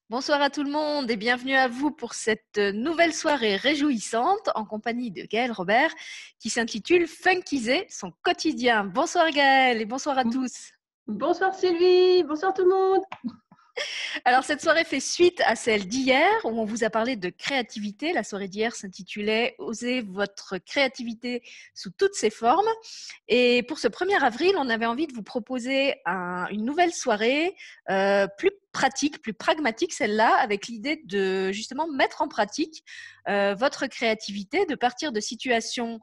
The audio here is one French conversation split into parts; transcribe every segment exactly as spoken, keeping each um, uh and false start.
Bonsoir à tout le monde et bienvenue à vous pour cette nouvelle soirée réjouissante en compagnie de Gaëlle Robert qui s'intitule Funkiser son quotidien. Bonsoir Gaëlle et bonsoir à tous. Bonsoir Sylvie, bonsoir tout le monde. Alors cette soirée fait suite à celle d'hier où on vous a parlé de créativité. La soirée d'hier s'intitulait Osez votre créativité sous toutes ses formes. Et pour ce premier avril, on avait envie de vous proposer un, une nouvelle soirée euh, plus pratique, plus pragmatique celle-là, avec l'idée de justement mettre en pratique euh, votre créativité, de partir de situations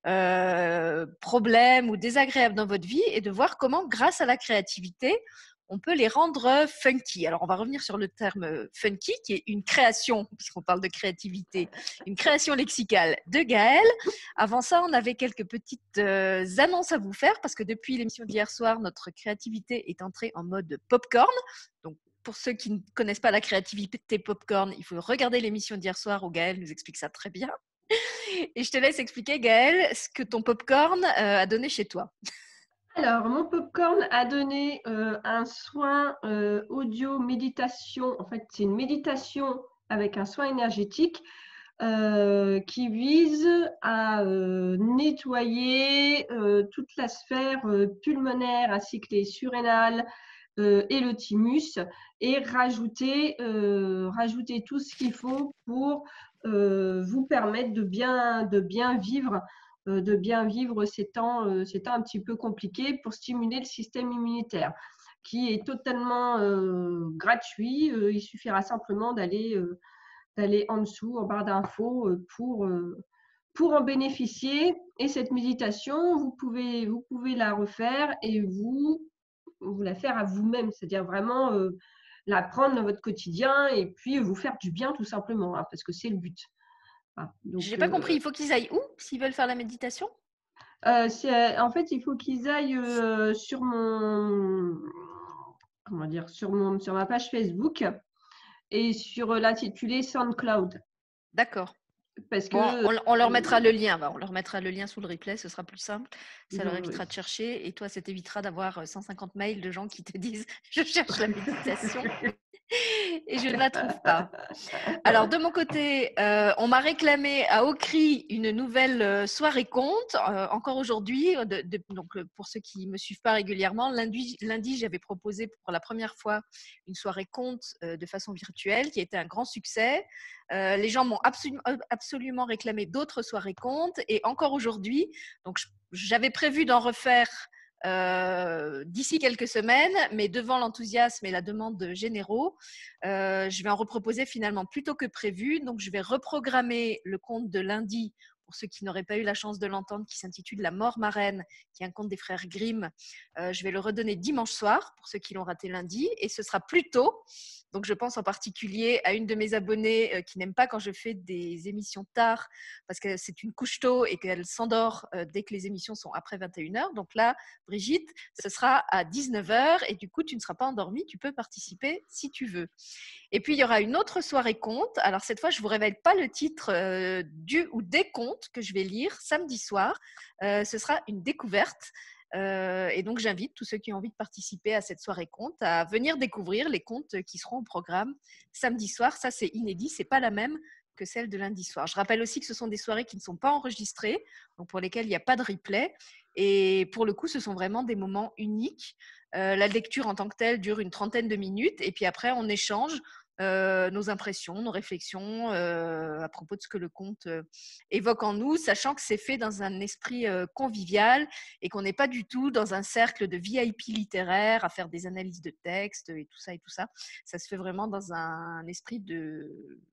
euh, problèmes ou désagréables dans votre vie et de voir comment, grâce à la créativité, on peut les rendre funky. Alors, on va revenir sur le terme funky, qui est une création, puisqu'on parle de créativité, une création lexicale de Gaëlle. Avant ça, on avait quelques petites euh, annonces à vous faire, parce que depuis l'émission d'hier soir, notre créativité est entrée en mode popcorn. Donc, pour ceux qui ne connaissent pas la créativité popcorn, il faut regarder l'émission d'hier soir où Gaëlle nous explique ça très bien. Et je te laisse expliquer, Gaëlle, ce que ton popcorn euh, a donné chez toi. Alors, mon popcorn a donné euh, un soin euh, audio méditation. En fait, c'est une méditation avec un soin énergétique euh, qui vise à euh, nettoyer euh, toute la sphère euh, pulmonaire ainsi que les surrénales euh, et le thymus et rajouter, euh, rajouter tout ce qu'il faut pour euh, vous permettre de bien, de bien vivre de bien vivre ces temps, euh, ces temps un petit peu compliqués pour stimuler le système immunitaire, qui est totalement euh, gratuit. Euh, il suffira simplement d'aller euh, d'aller en dessous, en barre d'infos, euh, pour, euh, pour en bénéficier. Et cette méditation, vous pouvez, vous pouvez la refaire et vous, vous la faire à vous-même, c'est-à-dire vraiment euh, la prendre dans votre quotidien et puis vous faire du bien tout simplement, hein, parce que c'est le but. Ah, Je n'ai donc, pas compris, euh, il faut qu'ils aillent où s'ils veulent faire la méditation? Euh, c'est- en fait, il faut qu'ils aillent euh, sur mon, comment dire, sur mon, sur ma page Facebook et sur euh, l'intitulé SoundCloud. D'accord. Parce Bon, que on, on leur mettra euh, le lien, on leur mettra le lien sous le replay, ce sera plus simple. Ça leur euh, évitera de chercher et toi, ça t'évitera d'avoir cent cinquante mails de gens qui te disent je cherche la méditation et je ne la trouve pas. Alors, de mon côté, euh, on m'a réclamé à haut cri une nouvelle euh, soirée conte, euh, encore aujourd'hui. De, de, donc, euh, pour ceux qui ne me suivent pas régulièrement, lundi, lundi j'avais proposé pour la première fois une soirée conte euh, de façon virtuelle qui a été un grand succès. Euh, les gens m'ont absolu- absolument réclamé d'autres soirées contes et encore aujourd'hui, donc j'avais prévu d'en refaire euh, d'ici quelques semaines, mais devant l'enthousiasme et la demande généraux, euh, je vais en reproposer finalement plus tôt que prévu. Donc, je vais reprogrammer le conte de lundi pour ceux qui n'auraient pas eu la chance de l'entendre, qui s'intitule La mort marraine, qui est un conte des frères Grimm. Euh, je vais le redonner dimanche soir pour ceux qui l'ont raté lundi, et ce sera plus tôt. Donc, je pense en particulier à une de mes abonnées euh, qui n'aime pas quand je fais des émissions tard parce que c'est une couche tôt et qu'elle s'endort euh, dès que les émissions sont après vingt et une heures. Donc là, Brigitte, ce sera à dix-neuf heures et du coup, tu ne seras pas endormie, tu peux participer si tu veux. Et puis, il y aura une autre soirée conte. Alors, cette fois, je ne vous révèle pas le titre euh, du ou des contes que je vais lire samedi soir. Euh, ce sera une découverte. Euh, et donc, j'invite tous ceux qui ont envie de participer à cette soirée conte à venir découvrir les contes qui seront au programme samedi soir. Ça, c'est inédit, c'est pas la même que celle de lundi soir. Je rappelle aussi que ce sont des soirées qui ne sont pas enregistrées, donc pour lesquelles il n'y a pas de replay. Et pour le coup, ce sont vraiment des moments uniques. Euh, la lecture en tant que telle dure une trentaine de minutes, et puis après, on échange euh, nos impressions, nos réflexions euh, à propos de ce que le conte euh, évoque en nous, sachant que c'est fait dans un esprit euh, convivial et qu'on n'est pas du tout dans un cercle de V I P littéraire à faire des analyses de texte et tout ça et tout ça. Ça se fait vraiment dans un esprit de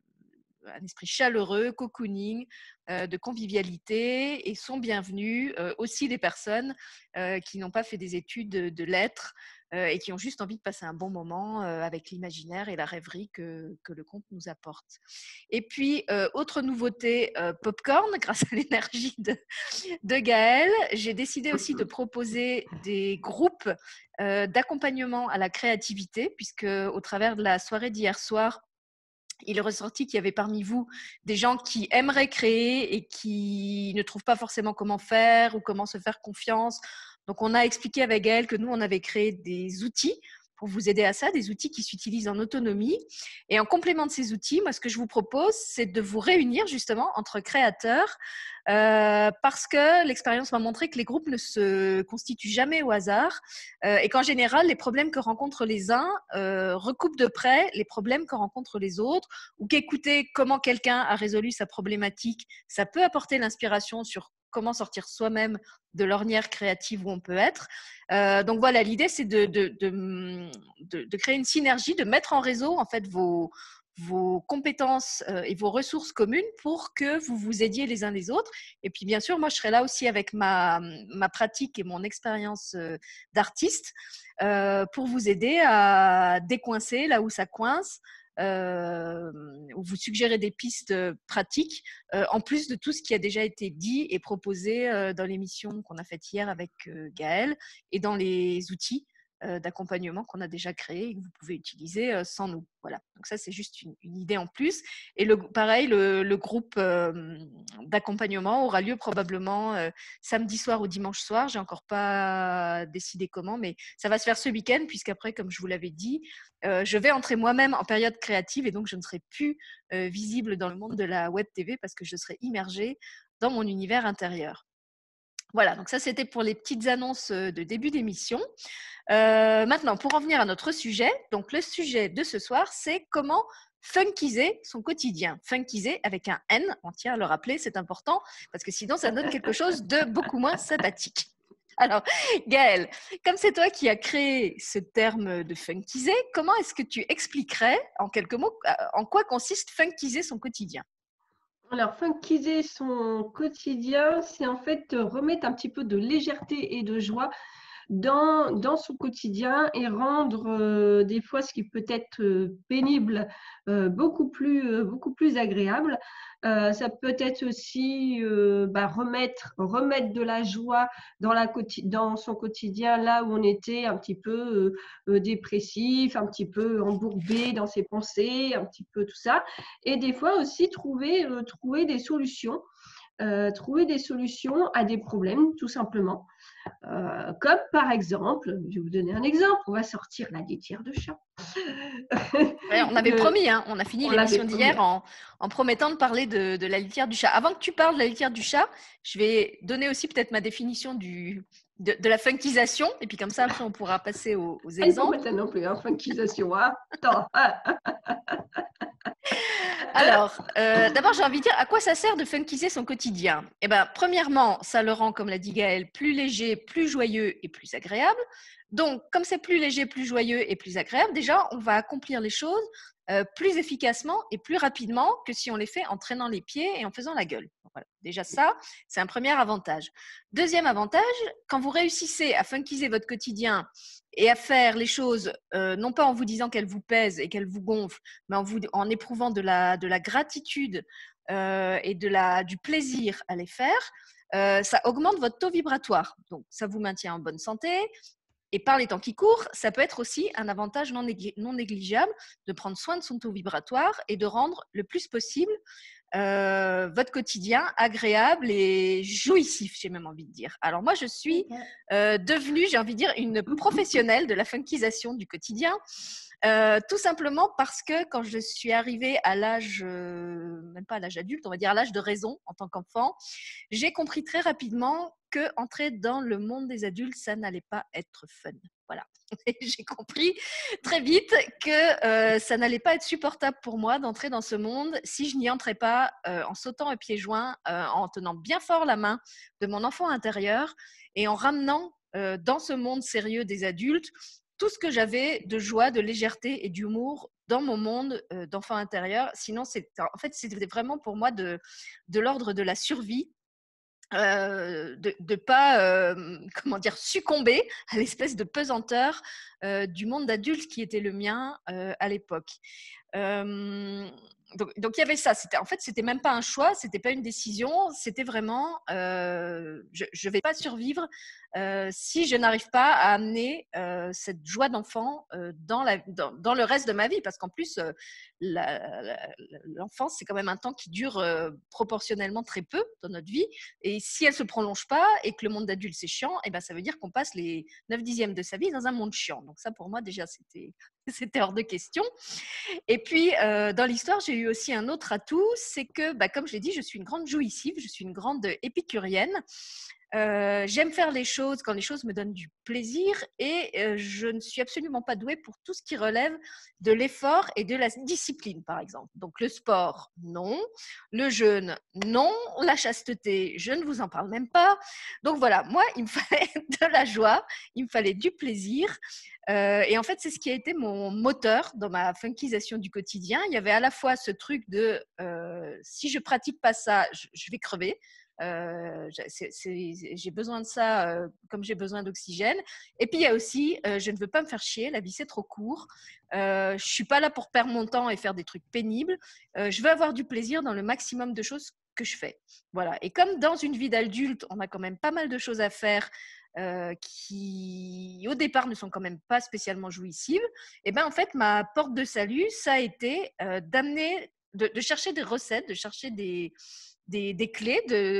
un esprit chaleureux, cocooning, euh, de convivialité, et sont bienvenus euh, aussi les personnes euh, qui n'ont pas fait des études de, de lettres euh, et qui ont juste envie de passer un bon moment euh, avec l'imaginaire et la rêverie que, que le conte nous apporte. Et puis, euh, autre nouveauté, euh, popcorn, grâce à l'énergie de, de Gaëlle, j'ai décidé aussi de proposer des groupes euh, d'accompagnement à la créativité, puisque au travers de la soirée d'hier soir, il est ressorti qu'il y avait parmi vous des gens qui aimeraient créer et qui ne trouvent pas forcément comment faire ou comment se faire confiance. Donc, on a expliqué avec Gaëlle que nous, on avait créé des outils pour vous aider à ça, des outils qui s'utilisent en autonomie. Et en complément de ces outils, moi, ce que je vous propose, c'est de vous réunir justement entre créateurs euh, parce que l'expérience m'a montré que les groupes ne se constituent jamais au hasard euh, et qu'en général, les problèmes que rencontrent les uns euh, recoupent de près les problèmes que rencontrent les autres, ou qu'écouter comment quelqu'un a résolu sa problématique, ça peut apporter l'inspiration sur comment sortir soi-même de l'ornière créative où on peut être. Euh, donc voilà, l'idée, c'est de, de, de, de, de créer une synergie, de mettre en réseau en fait vos, vos compétences euh, et vos ressources communes pour que vous vous aidiez les uns les autres. Et puis bien sûr, moi, je serai là aussi avec ma, ma pratique et mon expérience euh, d'artiste euh, pour vous aider à décoincer là où ça coince, euh, où vous suggérez des pistes pratiques, euh, en plus de tout ce qui a déjà été dit et proposé euh, dans l'émission qu'on a faite hier avec euh, Gaëlle et dans les outils euh, d'accompagnement qu'on a déjà créés et que vous pouvez utiliser euh, sans nous. Voilà. Donc ça, c'est juste une, une idée en plus. Et le, pareil, le, le groupe euh, d'accompagnement aura lieu probablement euh, samedi soir ou dimanche soir. J'ai encore pas décidé comment, mais ça va se faire ce week-end puisqu'après, comme je vous l'avais dit, euh, je vais entrer moi-même en période créative et donc je ne serai plus euh, visible dans le monde de la web T V parce que je serai immergée dans mon univers intérieur. Voilà, donc ça c'était pour les petites annonces de début d'émission. Euh, maintenant, pour en venir à notre sujet, donc le sujet de ce soir, c'est comment funkiser son quotidien. Funkiser avec un N, on tient à le rappeler, c'est important, parce que sinon ça donne quelque chose de beaucoup moins sympathique. Alors, Gaëlle, comme c'est toi qui as créé ce terme de funkiser, comment est-ce que tu expliquerais, en quelques mots, en quoi consiste funkiser son quotidien ? Alors, funkiser son quotidien, c'est en fait remettre un petit peu de légèreté et de joie dans, dans son quotidien et rendre euh, des fois ce qui peut être euh, pénible euh, beaucoup, plus, euh, beaucoup plus agréable. Euh, ça peut être aussi euh, bah, remettre, remettre de la joie dans, la, dans son quotidien là où on était un petit peu euh, dépressif, un petit peu embourbé dans ses pensées, un petit peu tout ça. Et des fois aussi trouver, euh, trouver des solutions. Euh, trouver des solutions à des problèmes, tout simplement. Euh, comme par exemple, je vais vous donner un exemple, on va sortir la litière de chat. Ouais, on avait de, promis, hein, on a fini l'émission d'hier en, en promettant de parler de, de la litière du chat. Avant que tu parles de la litière du chat, je vais donner aussi peut-être ma définition du, de, de la funkisation, et puis comme ça, après, on pourra passer aux, aux exemples. Ah, non plus, hein, funkisation, hein. Attends. Alors, euh, d'abord, j'ai envie de dire, à quoi ça sert de funkiser son quotidien ? Eh bien, premièrement, ça le rend, comme l'a dit Gaëlle, plus léger, plus joyeux et plus agréable. Donc, comme c'est plus léger, plus joyeux et plus agréable, déjà, on va accomplir les choses euh, plus efficacement et plus rapidement que si on les fait en traînant les pieds et en faisant la gueule. Voilà. Déjà ça, c'est un premier avantage. Deuxième avantage, quand vous réussissez à funkiser votre quotidien et à faire les choses, euh, non pas en vous disant qu'elles vous pèsent et qu'elles vous gonflent, mais en, vous, en éprouvant de la, de la gratitude euh, et de la, du plaisir à les faire, euh, ça augmente votre taux vibratoire. Donc, ça vous maintient en bonne santé. Et par les temps qui courent, ça peut être aussi un avantage non, négli- non négligeable de prendre soin de son taux vibratoire et de rendre le plus possible euh, votre quotidien agréable et jouissif, j'ai même envie de dire. Alors moi, je suis euh, devenue, j'ai envie de dire, une professionnelle de la funkisation du quotidien. Euh, tout simplement parce que quand je suis arrivée à l'âge, euh, même pas à l'âge adulte, on va dire à l'âge de raison en tant qu'enfant, j'ai compris très rapidement que entrer dans le monde des adultes, ça n'allait pas être fun. Voilà. Et j'ai compris très vite que euh, ça n'allait pas être supportable pour moi d'entrer dans ce monde si je n'y entrais pas euh, en sautant à pieds joints, euh, en tenant bien fort la main de mon enfant intérieur et en ramenant euh, dans ce monde sérieux des adultes tout ce que j'avais de joie, de légèreté et d'humour dans mon monde euh, d'enfant intérieur. Sinon, c'est, en fait, c'était vraiment pour moi de, de l'ordre de la survie. Euh, de ne pas euh, comment dire, succomber à l'espèce de pesanteur euh, du monde d'adulte qui était le mien euh, à l'époque. Euh, donc, donc, il y avait ça. C'était, en fait, c'était même pas un choix, c'était pas une décision. C'était vraiment, euh, je ne vais pas survivre euh, si je n'arrive pas à amener euh, cette joie d'enfant euh, dans, la, dans, dans le reste de ma vie. Parce qu'en plus, euh, la, la, l'enfance, c'est quand même un temps qui dure euh, proportionnellement très peu dans notre vie. Et si elle se prolonge pas et que le monde d'adulte, c'est chiant, et ben, ça veut dire qu'on passe les neuf dixièmes de sa vie dans un monde chiant. Donc ça, pour moi, déjà, c'était, c'était hors de question. Et puis, euh, dans l'histoire, j'ai eu aussi un autre atout, c'est que, bah, comme je l'ai dit, je suis une grande jouissive, je suis une grande épicurienne. Euh, j'aime faire les choses quand les choses me donnent du plaisir et euh, je ne suis absolument pas douée pour tout ce qui relève de l'effort et de la discipline, par exemple. Donc, le sport, non. Le jeûne, non. La chasteté, je ne vous en parle même pas. Donc, voilà, moi, il me fallait de la joie, il me fallait du plaisir. Euh, et en fait, c'est ce qui a été mon moteur dans ma funkisation du quotidien. Il y avait à la fois ce truc de euh, si je pratique pas ça, je, je vais crever. Euh, c'est, c'est, j'ai besoin de ça euh, comme j'ai besoin d'oxygène. Et puis il y a aussi, euh, je ne veux pas me faire chier, la vie c'est trop court. Euh, je suis pas là pour perdre mon temps et faire des trucs pénibles. Euh, je veux avoir du plaisir dans le maximum de choses que je fais. Voilà. Et comme dans une vie d'adulte, on a quand même pas mal de choses à faire. Euh, qui au départ ne sont quand même pas spécialement jouissives, et ben en fait ma porte de salut ça a été euh, d'amener, de, de chercher des recettes, de chercher des, des, des clés,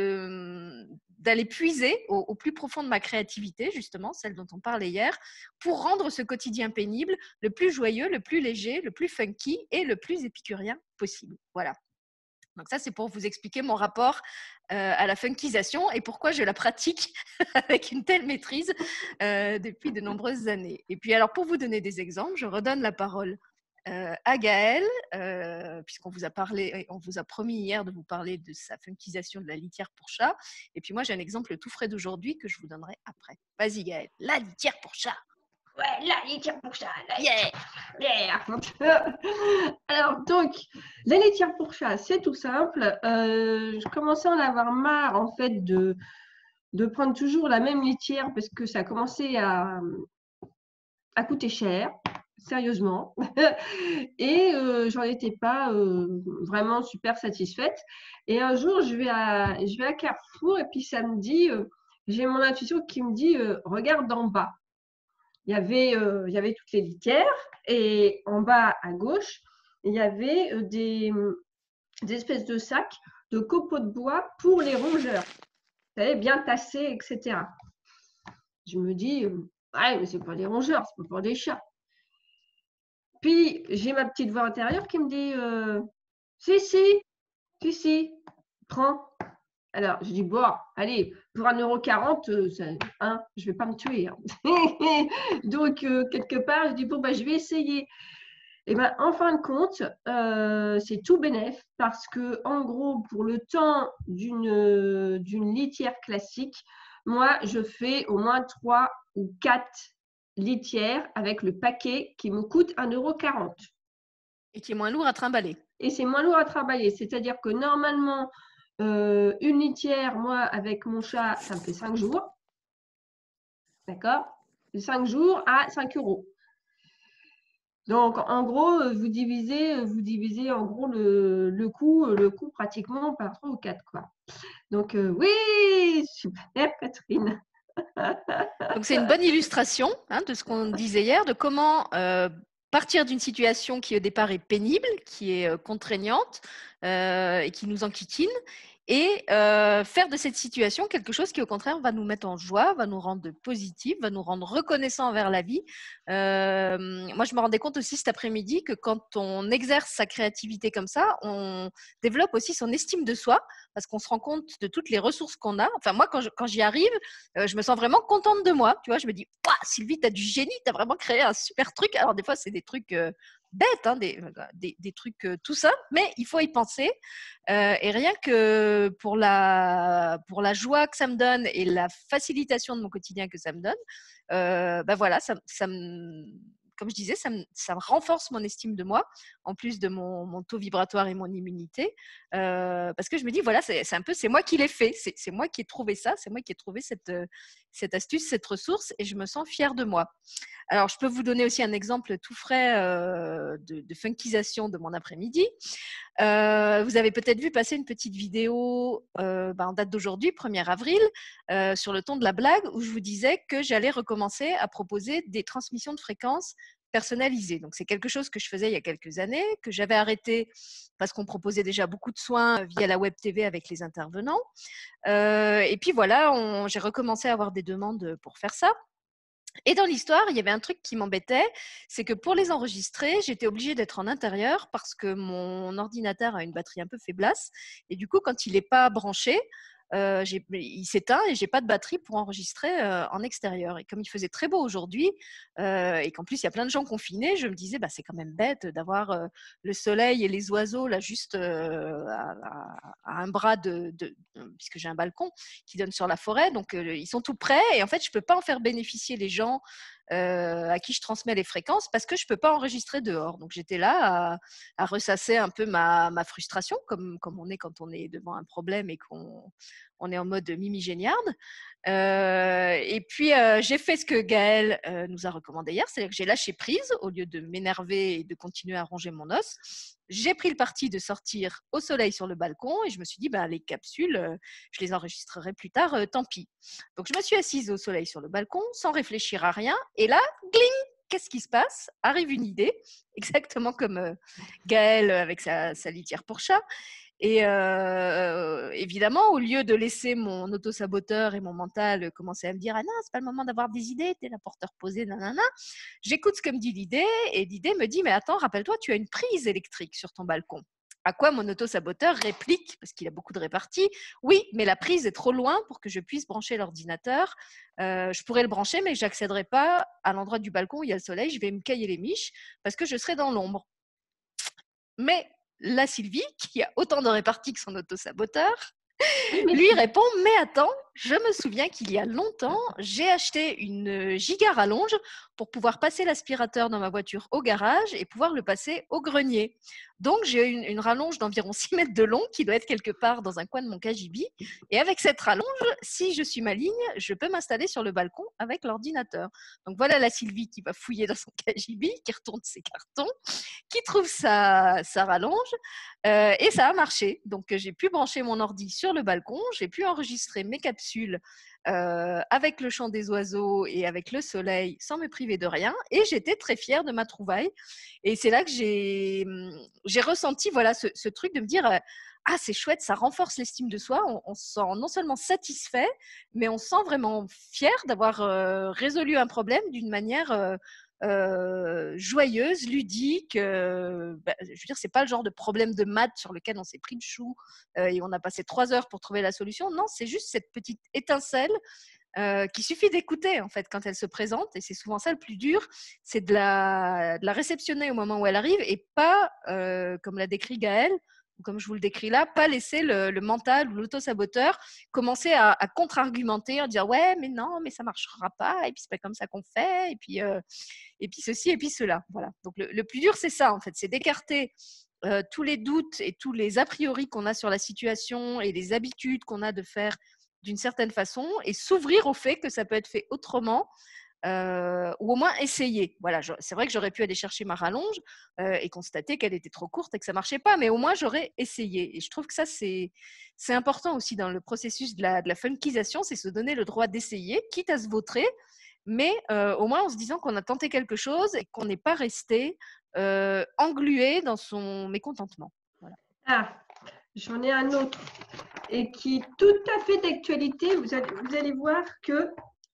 de, d'aller puiser au, au plus profond de ma créativité, justement celle dont on parlait hier, pour rendre ce quotidien pénible le plus joyeux, le plus léger, le plus funky et le plus épicurien possible. Voilà. Donc ça, c'est pour vous expliquer mon rapport euh, à la funkisation et pourquoi je la pratique avec une telle maîtrise euh, depuis de nombreuses années. Et puis alors, pour vous donner des exemples, je redonne la parole euh, à Gaëlle, euh, puisqu'on vous a parlé, on vous a promis hier de vous parler de sa funkisation de la litière pour chat. Et puis moi, j'ai un exemple tout frais d'aujourd'hui que je vous donnerai après. Vas-y Gaëlle, la litière pour chat. Ouais, la litière pour chat. La yeah. Yeah. Alors, donc, la litière pour chat, c'est tout simple. Euh, je commençais à en avoir marre, en fait, de, de prendre toujours la même litière parce que ça commençait à, à coûter cher, sérieusement. Et euh, j'en étais pas euh, vraiment super satisfaite. Et un jour, je vais à, je vais à Carrefour et puis ça me dit, euh, j'ai mon intuition qui me dit, euh, regarde d'en bas. Il y avait, euh, il y avait toutes les litières et en bas à gauche, il y avait euh, des, des espèces de sacs de copeaux de bois pour les rongeurs. Vous savez, bien tassés, et cetera. Je me dis, euh, ouais, mais c'est pas des rongeurs, c'est pas pour des chats. Puis j'ai ma petite voix intérieure qui me dit, euh, si, si, si, si, prends. Alors, je dis, bon, allez, pour un euro quarante, euh, hein, je ne vais pas me tuer. Hein. Donc, euh, quelque part, je dis, bon, bah, je vais essayer. Et ben, en fin de compte, euh, c'est tout bénef parce que, en gros, pour le temps d'une, d'une litière classique, moi, je fais au moins trois ou quatre litières avec le paquet qui me coûte un euro quarante. Et qui est moins lourd à trimballer. Et c'est moins lourd à travailler. C'est-à-dire que normalement, Euh, une litière, moi, avec mon chat, ça me fait cinq jours. D'accord? cinq jours à cinq euros. Donc, en gros, vous divisez, vous divisez en gros le, le coût, le coût pratiquement par trois ou quatre, quoi. Donc, euh, oui, super, Catherine. Donc, c'est une bonne illustration hein, de ce qu'on disait hier, de comment euh, partir d'une situation qui au départ est pénible, qui est euh, contraignante euh, et qui nous enquiquine, et euh, faire de cette situation quelque chose qui au contraire va nous mettre en joie, va nous rendre positifs, va nous rendre reconnaissants envers la vie. Euh, moi, je me rendais compte aussi cet après-midi que quand on exerce sa créativité comme ça, on développe aussi son estime de soi parce qu'on se rend compte de toutes les ressources qu'on a. Enfin, moi, quand, je, quand j'y arrive, euh, je me sens vraiment contente de moi. Tu vois, je me dis, Sylvie, tu as du génie, tu as vraiment créé un super truc. Alors, des fois, c'est des trucs euh, bêtes, hein, des, des, des trucs euh, tout simples, mais il faut y penser. Euh, et rien que pour la, pour la joie que ça me donne et la facilitation de mon quotidien que ça me donne, euh, ben voilà, ça, ça me, comme je disais, ça me, ça me renforce mon estime de moi, en plus de mon, mon taux vibratoire et mon immunité, euh, parce que je me dis, voilà, c'est, c'est un peu, c'est moi qui l'ai fait, c'est, c'est moi qui ai trouvé ça, c'est moi qui ai trouvé cette, cette astuce, cette ressource, et je me sens fière de moi. Alors, je peux vous donner aussi un exemple tout frais euh, de, de funkisation de mon après-midi. Euh, vous avez peut-être vu passer une petite vidéo euh, ben, en date d'aujourd'hui, premier avril, euh, sur le ton de la blague, où je vous disais que j'allais recommencer à proposer des transmissions de fréquences personnalisées. Donc, c'est quelque chose que je faisais il y a quelques années, que j'avais arrêté parce qu'on proposait déjà beaucoup de soins via la web T V avec les intervenants. Euh, et puis voilà, on, j'ai recommencé à avoir des demandes pour faire ça. Et dans l'histoire, il y avait un truc qui m'embêtait, c'est que pour les enregistrer, j'étais obligée d'être en intérieur parce que mon ordinateur a une batterie un peu faiblasse. Et du coup, quand il n'est pas branché, euh, j'ai, il s'éteint et j'ai pas de batterie pour enregistrer euh, en extérieur. Et comme il faisait très beau aujourd'hui euh, et qu'en plus il y a plein de gens confinés, je me disais bah c'est quand même bête d'avoir euh, le soleil et les oiseaux là juste euh, à, à un bras de, de, de puisque j'ai un balcon qui donne sur la forêt, donc euh, ils sont tout près et en fait je peux pas en faire bénéficier les gens euh, à qui je transmets les fréquences parce que je peux pas enregistrer dehors. Donc j'étais là à, à ressasser un peu ma, ma frustration comme, comme on est quand on est devant un problème et qu'on on est en mode Mimi Géniarde. Euh, et puis, euh, j'ai fait ce que Gaëlle euh, nous a recommandé hier, c'est-à-dire que j'ai lâché prise au lieu de m'énerver et de continuer à ronger mon os. J'ai pris le parti de sortir au soleil sur le balcon et je me suis dit, bah, les capsules, euh, je les enregistrerai plus tard, euh, tant pis. Donc, je me suis assise au soleil sur le balcon sans réfléchir à rien. Et là, gling, qu'est-ce qui se passe? Arrive une idée, exactement comme euh, Gaëlle avec sa, sa litière pour chat. Et euh, évidemment, au lieu de laisser mon auto-saboteur et mon mental commencer à me dire « Ah non, c'est pas le moment d'avoir des idées, t'es là pour te reposer, nanana », j'écoute ce que me dit l'idée et l'idée me dit « Mais attends, rappelle-toi, tu as une prise électrique sur ton balcon. » À quoi mon auto-saboteur réplique, parce qu'il a beaucoup de réparties, « Oui, mais la prise est trop loin pour que je puisse brancher l'ordinateur. Euh, je pourrais le brancher, mais je n'accéderai pas à l'endroit du balcon où il y a le soleil. Je vais me cailler les miches parce que je serai dans l'ombre. » Mais la Sylvie, qui a autant de réparties que son auto-saboteur, lui répond « Mais attends, je me souviens qu'il y a longtemps, j'ai acheté une giga rallonge pour pouvoir passer l'aspirateur dans ma voiture au garage et pouvoir le passer au grenier. Donc, j'ai une, une rallonge d'environ six mètres de long qui doit être quelque part dans un coin de mon cagibi. Et avec cette rallonge, si je suis maligne, je peux m'installer sur le balcon avec l'ordinateur. » Donc, voilà la Sylvie qui va fouiller dans son cagibi, qui retourne ses cartons, qui trouve sa, sa rallonge. Euh, et ça a marché. Donc, j'ai pu brancher mon ordi sur le balcon. J'ai pu enregistrer mes capsules euh, avec le chant des oiseaux et avec le soleil sans me priver de rien. Et j'étais très fière de ma trouvaille. Et c'est là que j'ai, j'ai ressenti voilà, ce, ce truc de me dire euh, ah, c'est chouette, ça renforce l'estime de soi. On, on se sent non seulement satisfait, mais on se sent vraiment fier d'avoir euh, résolu un problème d'une manière euh, Euh, joyeuse, ludique. Euh, bah, je veux dire, c'est pas le genre de problème de maths sur lequel on s'est pris le chou euh, et on a passé trois heures pour trouver la solution. Non, c'est juste cette petite étincelle euh, qu'il suffit d'écouter en fait quand elle se présente. Et c'est souvent ça le plus dur, c'est de la, de la réceptionner au moment où elle arrive et pas, euh, comme l'a décrit Gaëlle, comme je vous le décris là, pas laisser le, le mental ou l'auto-saboteur commencer à, à contre-argumenter, à dire ouais, mais non, mais ça marchera pas, et puis c'est pas comme ça qu'on fait, et puis, euh, et puis ceci, et puis cela. Voilà. Donc le, le plus dur, c'est ça en fait, c'est d'écarter euh, tous les doutes et tous les a priori qu'on a sur la situation et les habitudes qu'on a de faire d'une certaine façon et s'ouvrir au fait que ça peut être fait autrement. Euh, ou au moins essayer. Voilà, je, c'est vrai que j'aurais pu aller chercher ma rallonge euh, et constater qu'elle était trop courte et que ça marchait pas, mais au moins j'aurais essayé. Et je trouve que ça c'est c'est important aussi dans le processus de la, de la funkisation, c'est se donner le droit d'essayer, quitte à se vautrer, mais euh, au moins en se disant qu'on a tenté quelque chose et qu'on n'est pas resté euh, englué dans son mécontentement. Voilà. Ah, j'en ai un autre et qui est tout à fait d'actualité. Vous allez, vous allez voir que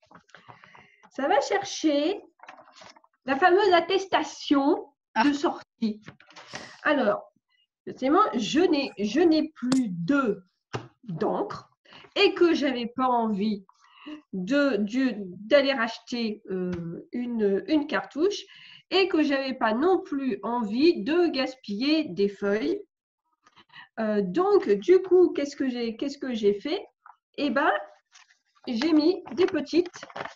ça va chercher la fameuse attestation ah. de sortie. Alors, je n'ai, je n'ai plus de d'encre et que je n'avais pas envie de, de, d'aller racheter euh, une, une cartouche et que je n'avais pas non plus envie de gaspiller des feuilles. Euh, donc, du coup, qu'est-ce que j'ai, qu'est-ce que j'ai fait? Eh bien, j'ai mis des petites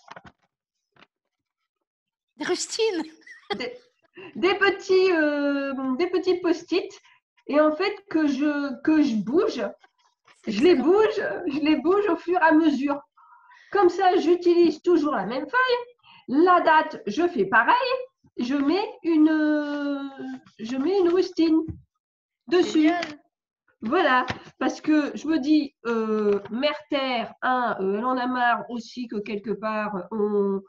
Des rustines. Des, des petits, euh, des petits post-it. Et en fait, que je, que je bouge, je les bouge, je les bouge au fur et à mesure. Comme ça, j'utilise toujours la même feuille. La date, je fais pareil. Je mets une, je mets une rustine dessus. Génial. Voilà, parce que je me dis, euh, Mère Terre, hein, euh, elle en a marre aussi que quelque part, on,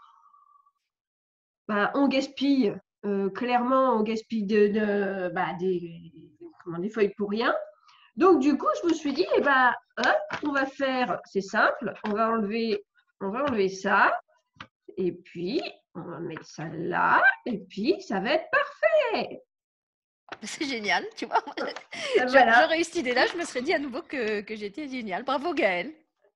bah, on gaspille, euh, clairement, on gaspille de, de, bah, des, comment, des feuilles pour rien. Donc, du coup, je me suis dit, eh ben, hop, on va faire, c'est simple, on va enlever, on va enlever ça, et puis, on va mettre ça là, et puis, ça va être parfait. C'est génial, tu vois. Voilà. J'aurais eu cette idée-là, je me serais dit à nouveau que, que j'étais géniale. Bravo Gaëlle.